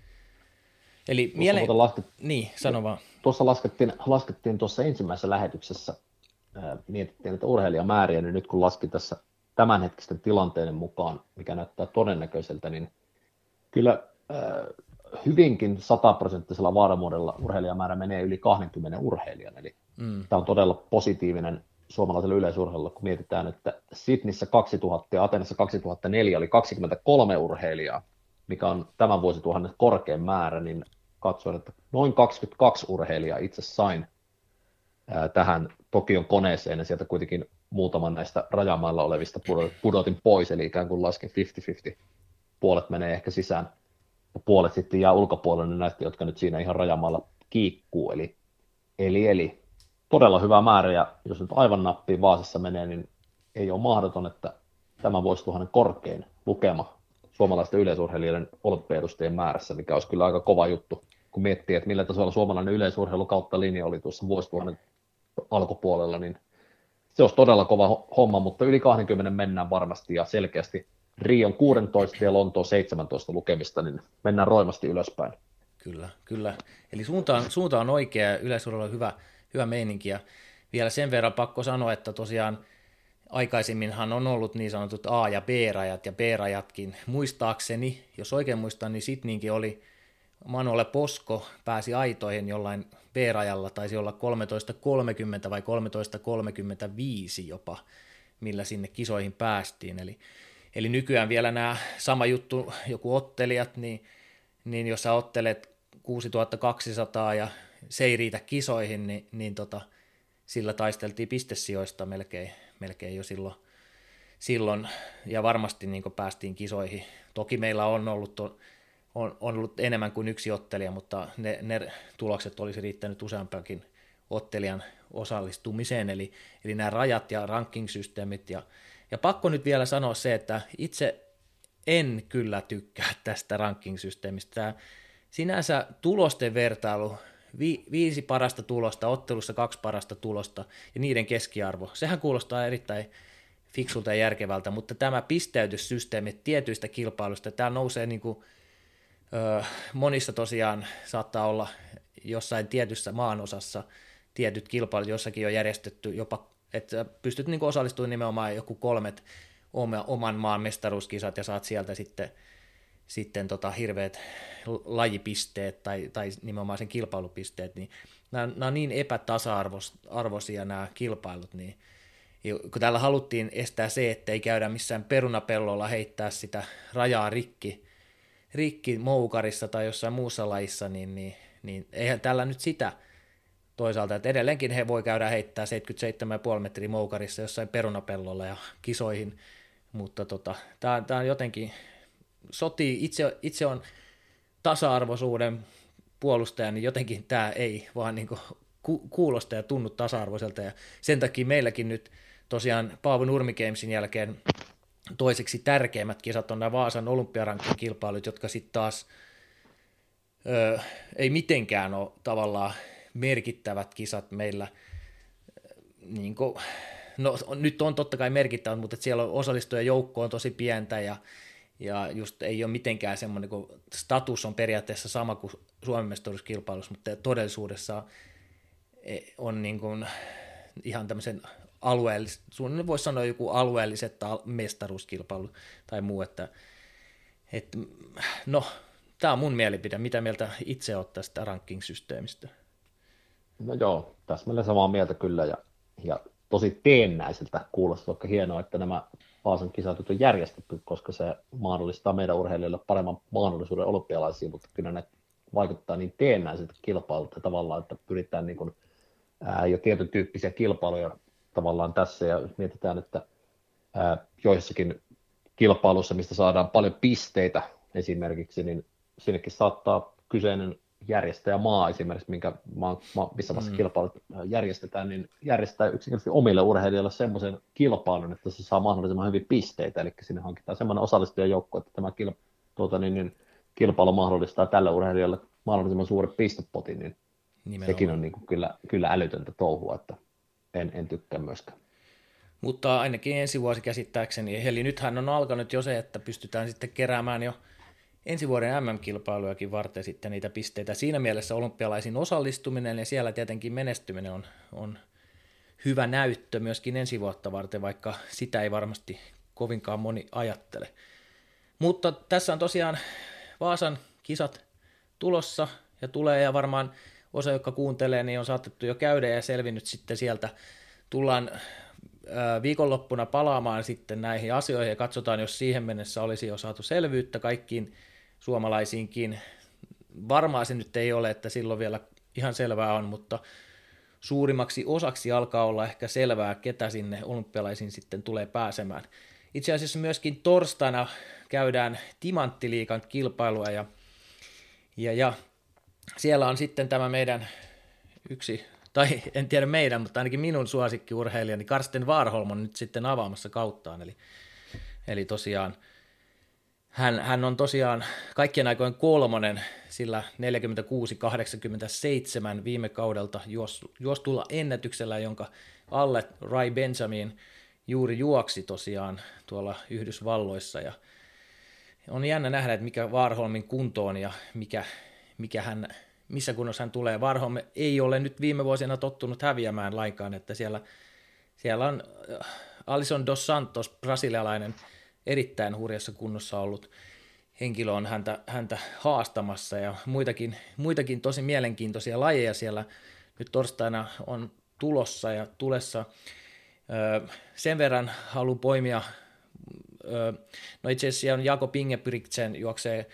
Eli tuossa, miele... lasket... niin, sano vaan. Tuossa laskettiin, laskettiin tuossa ensimmäisessä lähetyksessä, ää, mietittiin näitä urheilijamääriä, niin nyt kun laskin tässä tämänhetkisten tilanteiden mukaan, mikä näyttää todennäköiseltä, niin kyllä hyvinkin sataprosenttisella varmuudella urheilijamäärä menee yli kaksikymmentä urheilijan, eli mm. tämä on todella positiivinen suomalaiselle yleisurheilulle, kun mietitään, että Sydneyssä kaksituhatta ja Atenassa kaksituhattaneljä oli kaksikymmentäkolme urheilijaa, mikä on tämän vuosituhannen korkein määrä, niin katsoin, että noin kaksikymmentäkaksi urheilijaa itse sain ää, tähän Tokion koneeseen, ja sieltä kuitenkin muutaman näistä rajamailla olevista pudotin pois, eli ikään kuin laskin viisikymmentä viisikymmentä, puolet menee ehkä sisään, ja puolet sitten jää ulkopuolelle näistä, jotka nyt siinä ihan rajamaalla kiikkuu, eli, eli, eli todella hyvä määrä, ja jos nyt aivan nappiin Vaasassa menee, niin ei ole mahdoton, että tämä vuosituhannen korkein lukema suomalaisten yleisurheilijoiden olympiaedustajien määrässä, mikä olisi kyllä aika kova juttu, kun miettii, että millä tasolla suomalainen yleisurheilu kautta linja oli tuossa vuosituhannen alkupuolella, niin se olisi todella kova homma, mutta yli kaksikymmentä mennään varmasti, ja selkeästi Rion kuusitoista ja Lontoon seitsemäntoista lukemista, niin mennään roimasti ylöspäin. Kyllä, kyllä. Eli suunta on, suunta on oikea ja yleisurheilu on hyvä, hyvä meininki. Ja vielä sen verran pakko sanoa, että tosiaan aikaisemminhan on ollut niin sanotut A- ja B-rajat, ja B-rajatkin muistaakseni, jos oikein muistan, niin Sydneykin oli Manuel Posko pääsi aitoihin jollain B-rajalla, taisi olla kolmetoista kolmekymmentä vai kolmetoista kolmekymmentäviisi jopa, millä sinne kisoihin päästiin. Eli, eli nykyään vielä nämä sama juttu, joku ottelijat, niin, niin jos sä ottelet kuusituhatta kaksisataa ja se ei riitä kisoihin, niin, niin tota, sillä taisteltiin pistesijoista melkein, melkein jo silloin, silloin ja varmasti niin päästiin kisoihin. Toki meillä on ollut, on, on ollut enemmän kuin yksi ottelija, mutta ne, ne tulokset olisi riittänyt useampakin ottelijan osallistumiseen, eli, eli nämä rajat ja ranking-systeemit, ja, ja pakko nyt vielä sanoa se, että itse en kyllä tykkää tästä ranking-systeemistä. Tämä sinänsä tulosten vertailu, vi, viisi parasta tulosta, ottelussa kaksi parasta tulosta ja niiden keskiarvo, sehän kuulostaa erittäin fiksulta ja järkevältä, mutta tämä pisteytyssysteemi tietyistä kilpailuista, tämä nousee niin kuin, ö, monissa tosiaan saattaa olla jossain tietyssä maanosassa tietyt kilpailut, jossakin on järjestetty jopa, että pystyt niin kuin osallistumaan nimenomaan joku kolmet oman maan mestaruuskisat ja saat sieltä sitten, sitten tota hirveät lajipisteet tai, tai nimenomaan sen kilpailupisteet, niin nämä, nämä on niin epätasa-arvoisia nämä kilpailut, niin kun täällä haluttiin estää se, että ei käydä missään perunapellolla heittää sitä rajaa rikki, rikki moukarissa tai jossain muussa lajissa, niin, niin, niin eihän tällä nyt sitä toisaalta, että edelleenkin he voi käydä heittää seitsemänkymmentäseitsemän pilkku viisi metriä moukarissa jossain perunapellolla ja kisoihin, mutta tota, tämä on jotenkin, sotii, itse, itse on tasa-arvoisuuden puolustaja, niin jotenkin tämä ei vaan niin kuin kuulosta ja tunnu tasa-arvoiselta, ja sen takia meilläkin nyt tosiaan Paavo Nurmi Gamesin jälkeen toiseksi tärkeimmät kisat on nämä Vaasan olympiarankin kilpailut, jotka sitten taas ö, ei mitenkään ole tavallaan merkittävät kisat meillä, niin kuin, no nyt on totta kai merkittävät, mutta siellä on osallistujajoukko on tosi pientä, ja, ja just ei ole mitenkään semmoinen, kun status on periaatteessa sama kuin Suomen mestaruuskilpailussa, mutta todellisuudessa on niin kuin ihan tämmöisen alueelliset, voisi sanoa joku alueelliset mestaruuskilpailu tai muu, että, että no, tämä on mun mielipide, mitä mieltä itse olet tästä ranking-systeemistä? No joo, täsmälleen samaa mieltä kyllä, ja, ja tosi teennäiseltä kuulostaa, vaikka hienoa, että nämä Vaasan kisat on järjestetty, koska se mahdollistaa meidän urheilijoille paremman mahdollisuuden olympialaisiin, mutta kyllä ne vaikuttaa niin teennäiseltä kilpailulta tavallaan, että pyritään niin kuin, ää, jo tietyn tyyppisiä kilpailuja tavallaan tässä, ja jos mietitään, että ää, joissakin kilpailuissa, mistä saadaan paljon pisteitä esimerkiksi, niin sinnekin saattaa kyseinen järjestäjämaa esimerkiksi, minkä maa, missä vasta mm. kilpailut järjestetään, niin järjestää yksinkertaisesti omille urheilijoille semmoisen kilpailun, että se saa mahdollisimman hyvin pisteitä, eli sinne hankitaan semmoinen osallistujajoukko, että tämä kil, tuota, niin, niin, kilpailu mahdollistaa tälle urheilijalle mahdollisimman suuren pistepotin, niin nimenomaan. Sekin on niin kuin kyllä, kyllä älytöntä touhua, että en, en tykkää myöskään. Mutta ainakin ensi vuosi käsittääkseni, eli nythän on alkanut jo se, että pystytään sitten keräämään jo ensi vuoden M M-kilpailujakin varten sitten niitä pisteitä. Siinä mielessä olympialaisiin osallistuminen ja siellä tietenkin menestyminen on, on hyvä näyttö myöskin ensi vuotta varten, vaikka sitä ei varmasti kovinkaan moni ajattele. Mutta tässä on tosiaan Vaasan kisat tulossa ja tulee, ja varmaan osa, jotka kuuntelee, niin on saatettu jo käydä ja selvinnyt sitten sieltä. Tullaan viikonloppuna palaamaan sitten näihin asioihin ja katsotaan, jos siihen mennessä olisi jo saatu selvyyttä kaikkiin suomalaisiinkin. Varmaan se nyt ei ole, että silloin vielä ihan selvää on, mutta suurimmaksi osaksi alkaa olla ehkä selvää, ketä sinne olympialaisiin sitten tulee pääsemään. Itse asiassa myöskin torstaina käydään Timanttiliigan kilpailua, ja, ja, ja siellä on sitten tämä meidän yksi, tai en tiedä meidän, mutta ainakin minun suosikkiurheilijani Karsten Warholm on nyt sitten avaamassa kauttaan, eli, eli tosiaan hän, hän on tosiaan kaikkien aikojen kolmonen, sillä neljäkymmentäkuusi kahdeksankymmentäseitsemän viime kaudelta juos, juostulla ennätyksellä, jonka alle Ray Benjamin juuri juoksi tosiaan tuolla Yhdysvalloissa, ja on jännä nähdä, että mikä Warholmin kunto on ja mikä, mikä hän, missä kunnossa hän tulee. Warholm ei ole nyt viime vuosina tottunut häviämään lainkaan, että siellä, siellä on Alisson dos Santos, brasilialainen, erittäin hurjassa kunnossa ollut. henkilö on häntä, häntä haastamassa ja muitakin, muitakin tosi mielenkiintoisia lajeja siellä nyt torstaina on tulossa ja tulessa. Sen verran haluan poimia, no itse asiassa siellä on Jakob Ingebrigtsen juoksee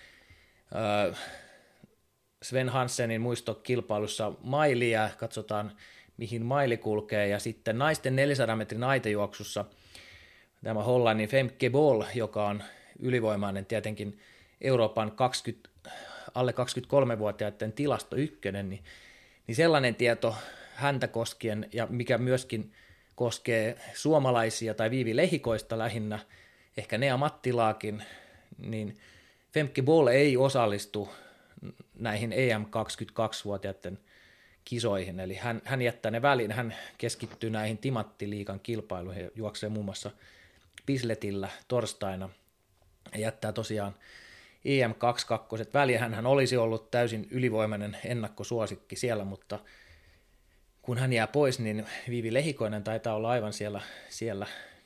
Sven Hansenin muistokilpailussa mailia, katsotaan mihin maili kulkee, ja sitten naisten neljänsadan metrin aitajuoksussa tämä Hollannin Femke Bol, joka on ylivoimainen tietenkin Euroopan kaksikymmentä, alle kaksikymmentäkolme-vuotiaiden tilasto ykkönen, niin, niin sellainen tieto häntä koskien, ja mikä myöskin koskee suomalaisia tai Viivi Lehikoista lähinnä, ehkä Nea Mattilaakin, niin Femke Bol ei osallistu näihin E M kaksikymmentäkaksi-vuotiaiden kisoihin, eli hän, hän jättää ne väliin, hän keskittyy näihin Timanttiliigan kilpailuihin ja juoksee muun muassa Bisletillä torstaina ja jättää tosiaan E M kaksikymmentäkaksi väliin. Hänhän olisi ollut täysin ylivoimainen ennakkosuosikki siellä, mutta kun hän jää pois, niin Viivi Lehikoinen taitaa olla aivan siellä, siellä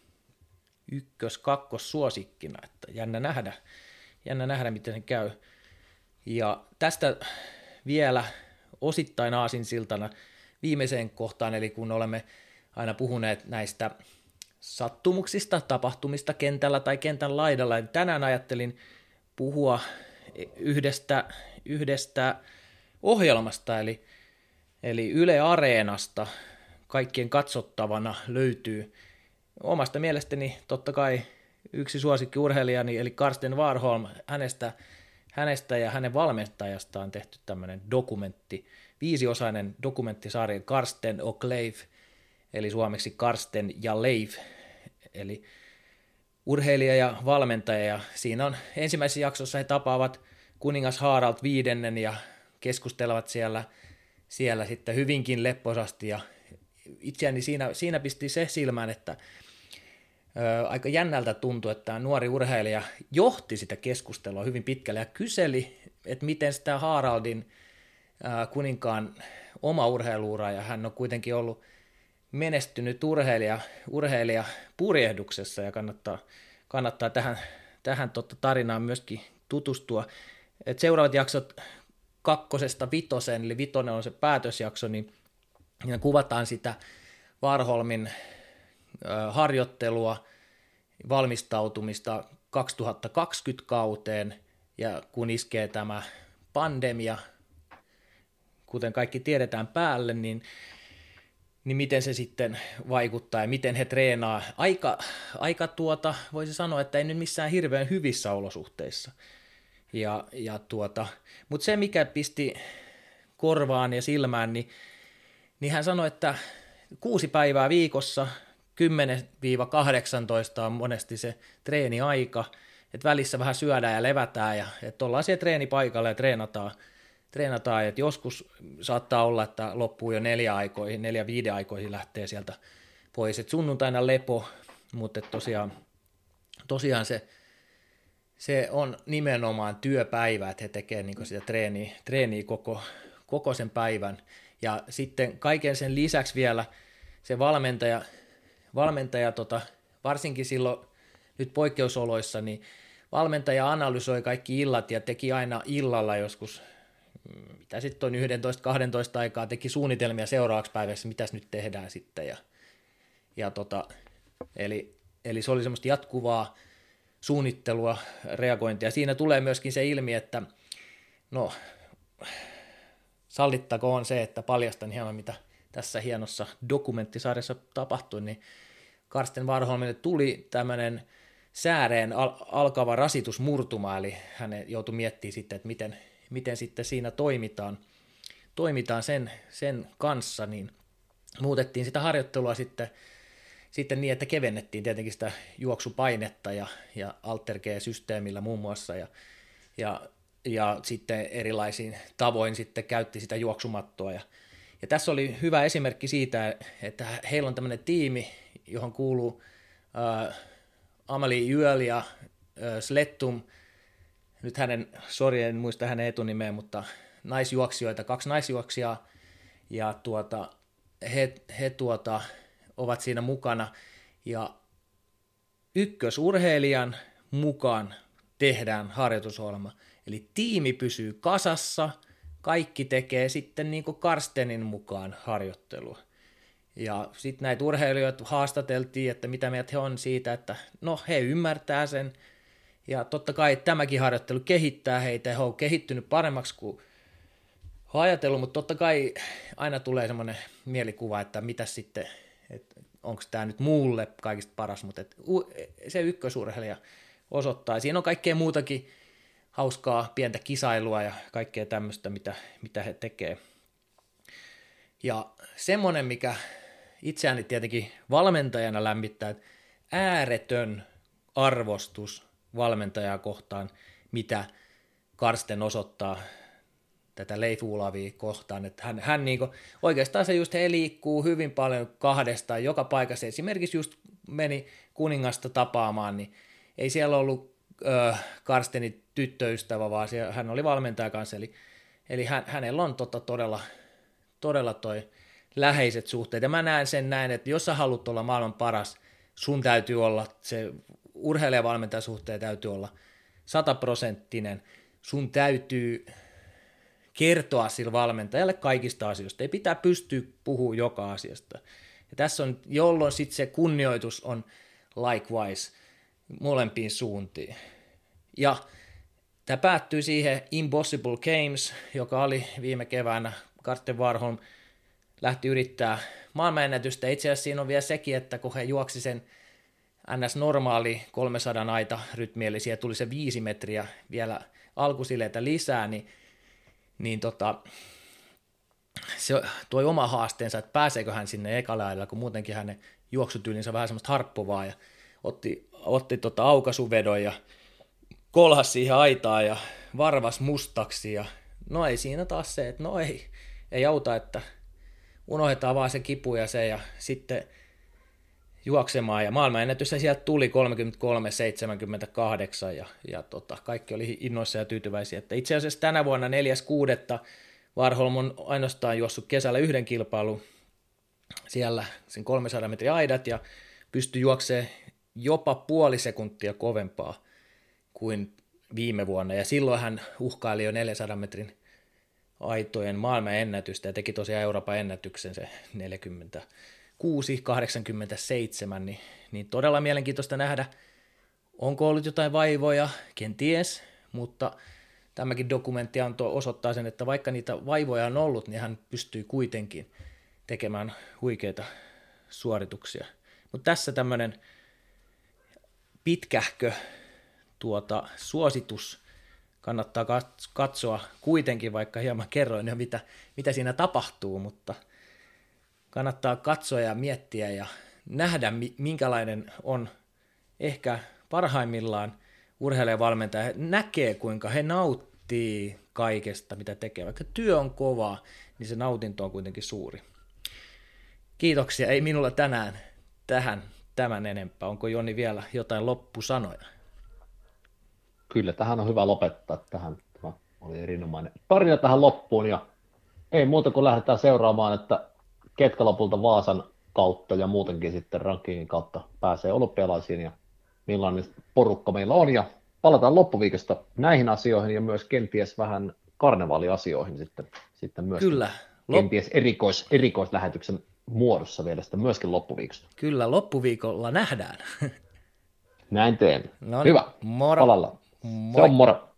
ykkös-kakkos-suosikkina, että jännä nähdä, jännä nähdä, miten se käy. Ja tästä vielä osittain aasinsiltana viimeiseen kohtaan, eli kun olemme aina puhuneet näistä sattumuksista, tapahtumista kentällä tai kentän laidalla, niin tänään ajattelin puhua yhdestä, yhdestä ohjelmasta, eli, eli Yle Areenasta kaikkien katsottavana löytyy omasta mielestäni totta kai yksi suosikkiurheilijani, eli Karsten Warholm, hänestä Hänestä ja hänen valmentajastaan on tehty tämmöinen dokumentti, viisiosainen dokumenttisarja Karsten och Leif, eli suomeksi Karsten ja Leif, eli urheilija ja valmentaja. Ja siinä on ensimmäisessä jaksossa he tapaavat kuningas Harald viidennen ja keskustelevat siellä, siellä sitten hyvinkin lepposasti. Ja itseäni siinä, siinä pisti se silmään, että Ö, aika jännältä tuntui, että nuori urheilija johti sitä keskustelua hyvin pitkälle ja kyseli, että miten sitä Haraldin ä, kuninkaan oma urheiluura, ja hän on kuitenkin ollut menestynyt urheilija, urheilija purjehduksessa, ja kannattaa, kannattaa tähän, tähän totta tarinaan myöskin tutustua. Et seuraavat jaksot kakkosesta vitosen, eli vitonen on se päätösjakso, niin siinä kuvataan sitä Warholmin harjoittelua, valmistautumista kaksituhattakaksikymmentä kauteen, ja kun iskee tämä pandemia, kuten kaikki tiedetään päälle, niin, niin miten se sitten vaikuttaa ja miten he treenaa. Aika, aika tuota, voisi sanoa, että ei nyt missään hirveän hyvissä olosuhteissa. Ja, ja tuota, mutta se, mikä pisti korvaan ja silmään, niin, niin hän sanoi, että kuusi päivää viikossa, kymmenen kahdeksantoista on monesti se treeniaika, että välissä vähän syödään ja levätään, ja että ollaan siellä treenipaikalla ja treenataan, treenataan, että joskus saattaa olla, että loppuu jo neljä aikoihin, neljä viiden aikoihin lähtee sieltä pois, että sunnuntaina lepo, mutta tosiaan, tosiaan se, se on nimenomaan työpäivä, että he tekevät niin sitä treeniä, treeniä koko, koko sen päivän, ja sitten kaiken sen lisäksi vielä se valmentaja, valmentaja tota, varsinkin silloin nyt poikkeusoloissa, niin valmentaja analysoi kaikki illat ja teki aina illalla joskus, mitä sitten on yksitoista kaksitoista aikaa, teki suunnitelmia seuraavaksi päiväksi, mitäs nyt tehdään sitten. Ja, ja tota, eli, eli se oli semmoista jatkuvaa suunnittelua, reagointia. Siinä tulee myöskin se ilmi, että no, sallittakoon se, että paljastan hieman, mitä tässä hienossa dokumenttisarjassa tapahtui, niin Karsten Warholmille tuli tämmöinen sääreen al- alkava rasitusmurtuma, eli hän joutui miettimään sitten, että miten, miten sitten siinä toimitaan, toimitaan sen, sen kanssa, niin muutettiin sitä harjoittelua sitten, sitten niin, että kevennettiin tietenkin sitä juoksupainetta ja, ja Alter G-systeemillä muun muassa, ja, ja, ja sitten erilaisin tavoin sitten käytti sitä juoksumattoa, ja Ja tässä oli hyvä esimerkki siitä, että heillä on tämmöinen tiimi, johon kuuluu äh, Amalie Jöl ja äh, Slettum, nyt hänen, sori en muista hänen etunimeä, mutta naisjuoksijoita, kaksi naisjuoksijaa, ja tuota, he, he tuota, ovat siinä mukana, ja ykkösurheilijan mukaan tehdään harjoitusohjelma. Eli tiimi pysyy kasassa, kaikki tekee sitten niin kuin Karstenin mukaan harjoittelua. Ja sitten näitä urheilijoita haastateltiin, että mitä mieltä he on siitä, että no he ymmärtää sen, ja totta kai tämäkin harjoittelu kehittää heitä, he on kehittynyt paremmaksi kuin ajatellut, mutta totta kai aina tulee semmoinen mielikuva, että mitä sitten, että onko tämä nyt muulle kaikista paras, mutta et se ykkösurheilija osoittaa. Siinä on kaikkea muutakin hauskaa, pientä kisailua ja kaikkea tämmöistä, mitä, mitä he tekee. Ja semmoinen, mikä itseäni tietenkin valmentajana lämmittää, että ääretön arvostus valmentajaa kohtaan, mitä Karsten osoittaa tätä Leif Ulavia kohtaan, että hän, hän niinku, oikeastaan se just he liikkuu hyvin paljon kahdestaan joka paikassa, esimerkiksi just meni kuningasta tapaamaan, niin ei siellä ollut ö, Karstenin tyttöystävä, vaan siellä, hän oli valmentaja kanssa, eli, eli hän, hänellä on tota todella, todella toi läheiset suhteet, ja mä näen sen näin, että jos sä haluat olla maailman paras, sun täytyy olla, se urheilijavalmentajasuhteen täytyy olla sataprosenttinen, sun täytyy kertoa sillä valmentajalle kaikista asioista, ei pitää pystyä puhumaan joka asiasta. Ja tässä on, jolloin sitten se kunnioitus on likewise molempiin suuntiin. Ja tämä päättyy siihen Impossible Games, joka oli viime keväänä. Karsten Warholm lähti yrittää maailmanennätystä. Itse asiassa siinä on vielä sekin, että kun he juoksi sen N S-normaali kolmesataa aita rytmi, eli siellä tuli se viisi metriä vielä alkusileitä lisää, niin niin tota, se toi oma haasteensa, että pääseekö hän sinne ekalle aidalle, kun muutenkin hänen juoksutyylinsä on vähän semmoista harppuvaa, ja otti, otti tota aukaisuvedon ja kolhasi siihen aitaan ja varvas mustaksi, ja no ei siinä taas se, että no ei, ei auta, että unohdetaan vaan se kipu ja se, ja sitten juoksemaan, ja maailmanennätys sieltä tuli kolmekymmentäkolme seitsemänkymmentäkahdeksan, ja, ja tota, kaikki oli innoissa ja tyytyväisiä, että itse asiassa tänä vuonna neljäs kuudetta Warholm on ainoastaan juossut kesällä yhden kilpailun siellä sen kolmesataa metrin aidat, ja pystyi juoksemaan jopa puoli sekuntia kovempaa kuin viime vuonna, ja silloin hän uhkaili jo neljänsadan metrin aitojen maailmanennätystä, ja teki tosiaan Euroopan ennätyksen se neljäkymmentäkuusi kahdeksankymmentäseitsemän, niin, niin todella mielenkiintoista nähdä, onko ollut jotain vaivoja, kenties, mutta tämäkin dokumentti antoi osoittaa sen, että vaikka niitä vaivoja on ollut, niin hän pystyy kuitenkin tekemään huikeita suorituksia. Mutta tässä tämmöinen pitkähkö tuota, suositus kannattaa katsoa kuitenkin, vaikka hieman kerroin jo, mitä, mitä siinä tapahtuu, mutta kannattaa katsoa ja miettiä ja nähdä, minkälainen on ehkä parhaimmillaan urheilijavalmentaja. Näkee, kuinka he nauttii kaikesta, mitä tekee. Vaikka työ on kovaa, niin se nautinto on kuitenkin suuri. Kiitoksia. Ei minulla tänään tähän tämän enempää. Onko Joni vielä jotain loppusanoja? Kyllä, tähän on hyvä lopettaa. Tähän tämä oli erinomainen tarina tähän loppuun. Ja ei muuta kuin lähdetään seuraamaan, että ketkä lopulta Vaasan kautta ja muutenkin sitten rankingin kautta pääsee olympialaisiin ja millainen porukka meillä on. Ja palataan loppuviikosta näihin asioihin ja myös kenties vähän karnevaaliasioihin sitten, sitten myös. Kyllä. Kenties erikois, erikoislähetyksen muodossa vielä sitten myöskin loppuviikosta. Kyllä, loppuviikolla nähdään. Näin teen. No niin, hyvä. Moro. Palalla. Moi. Se on moro.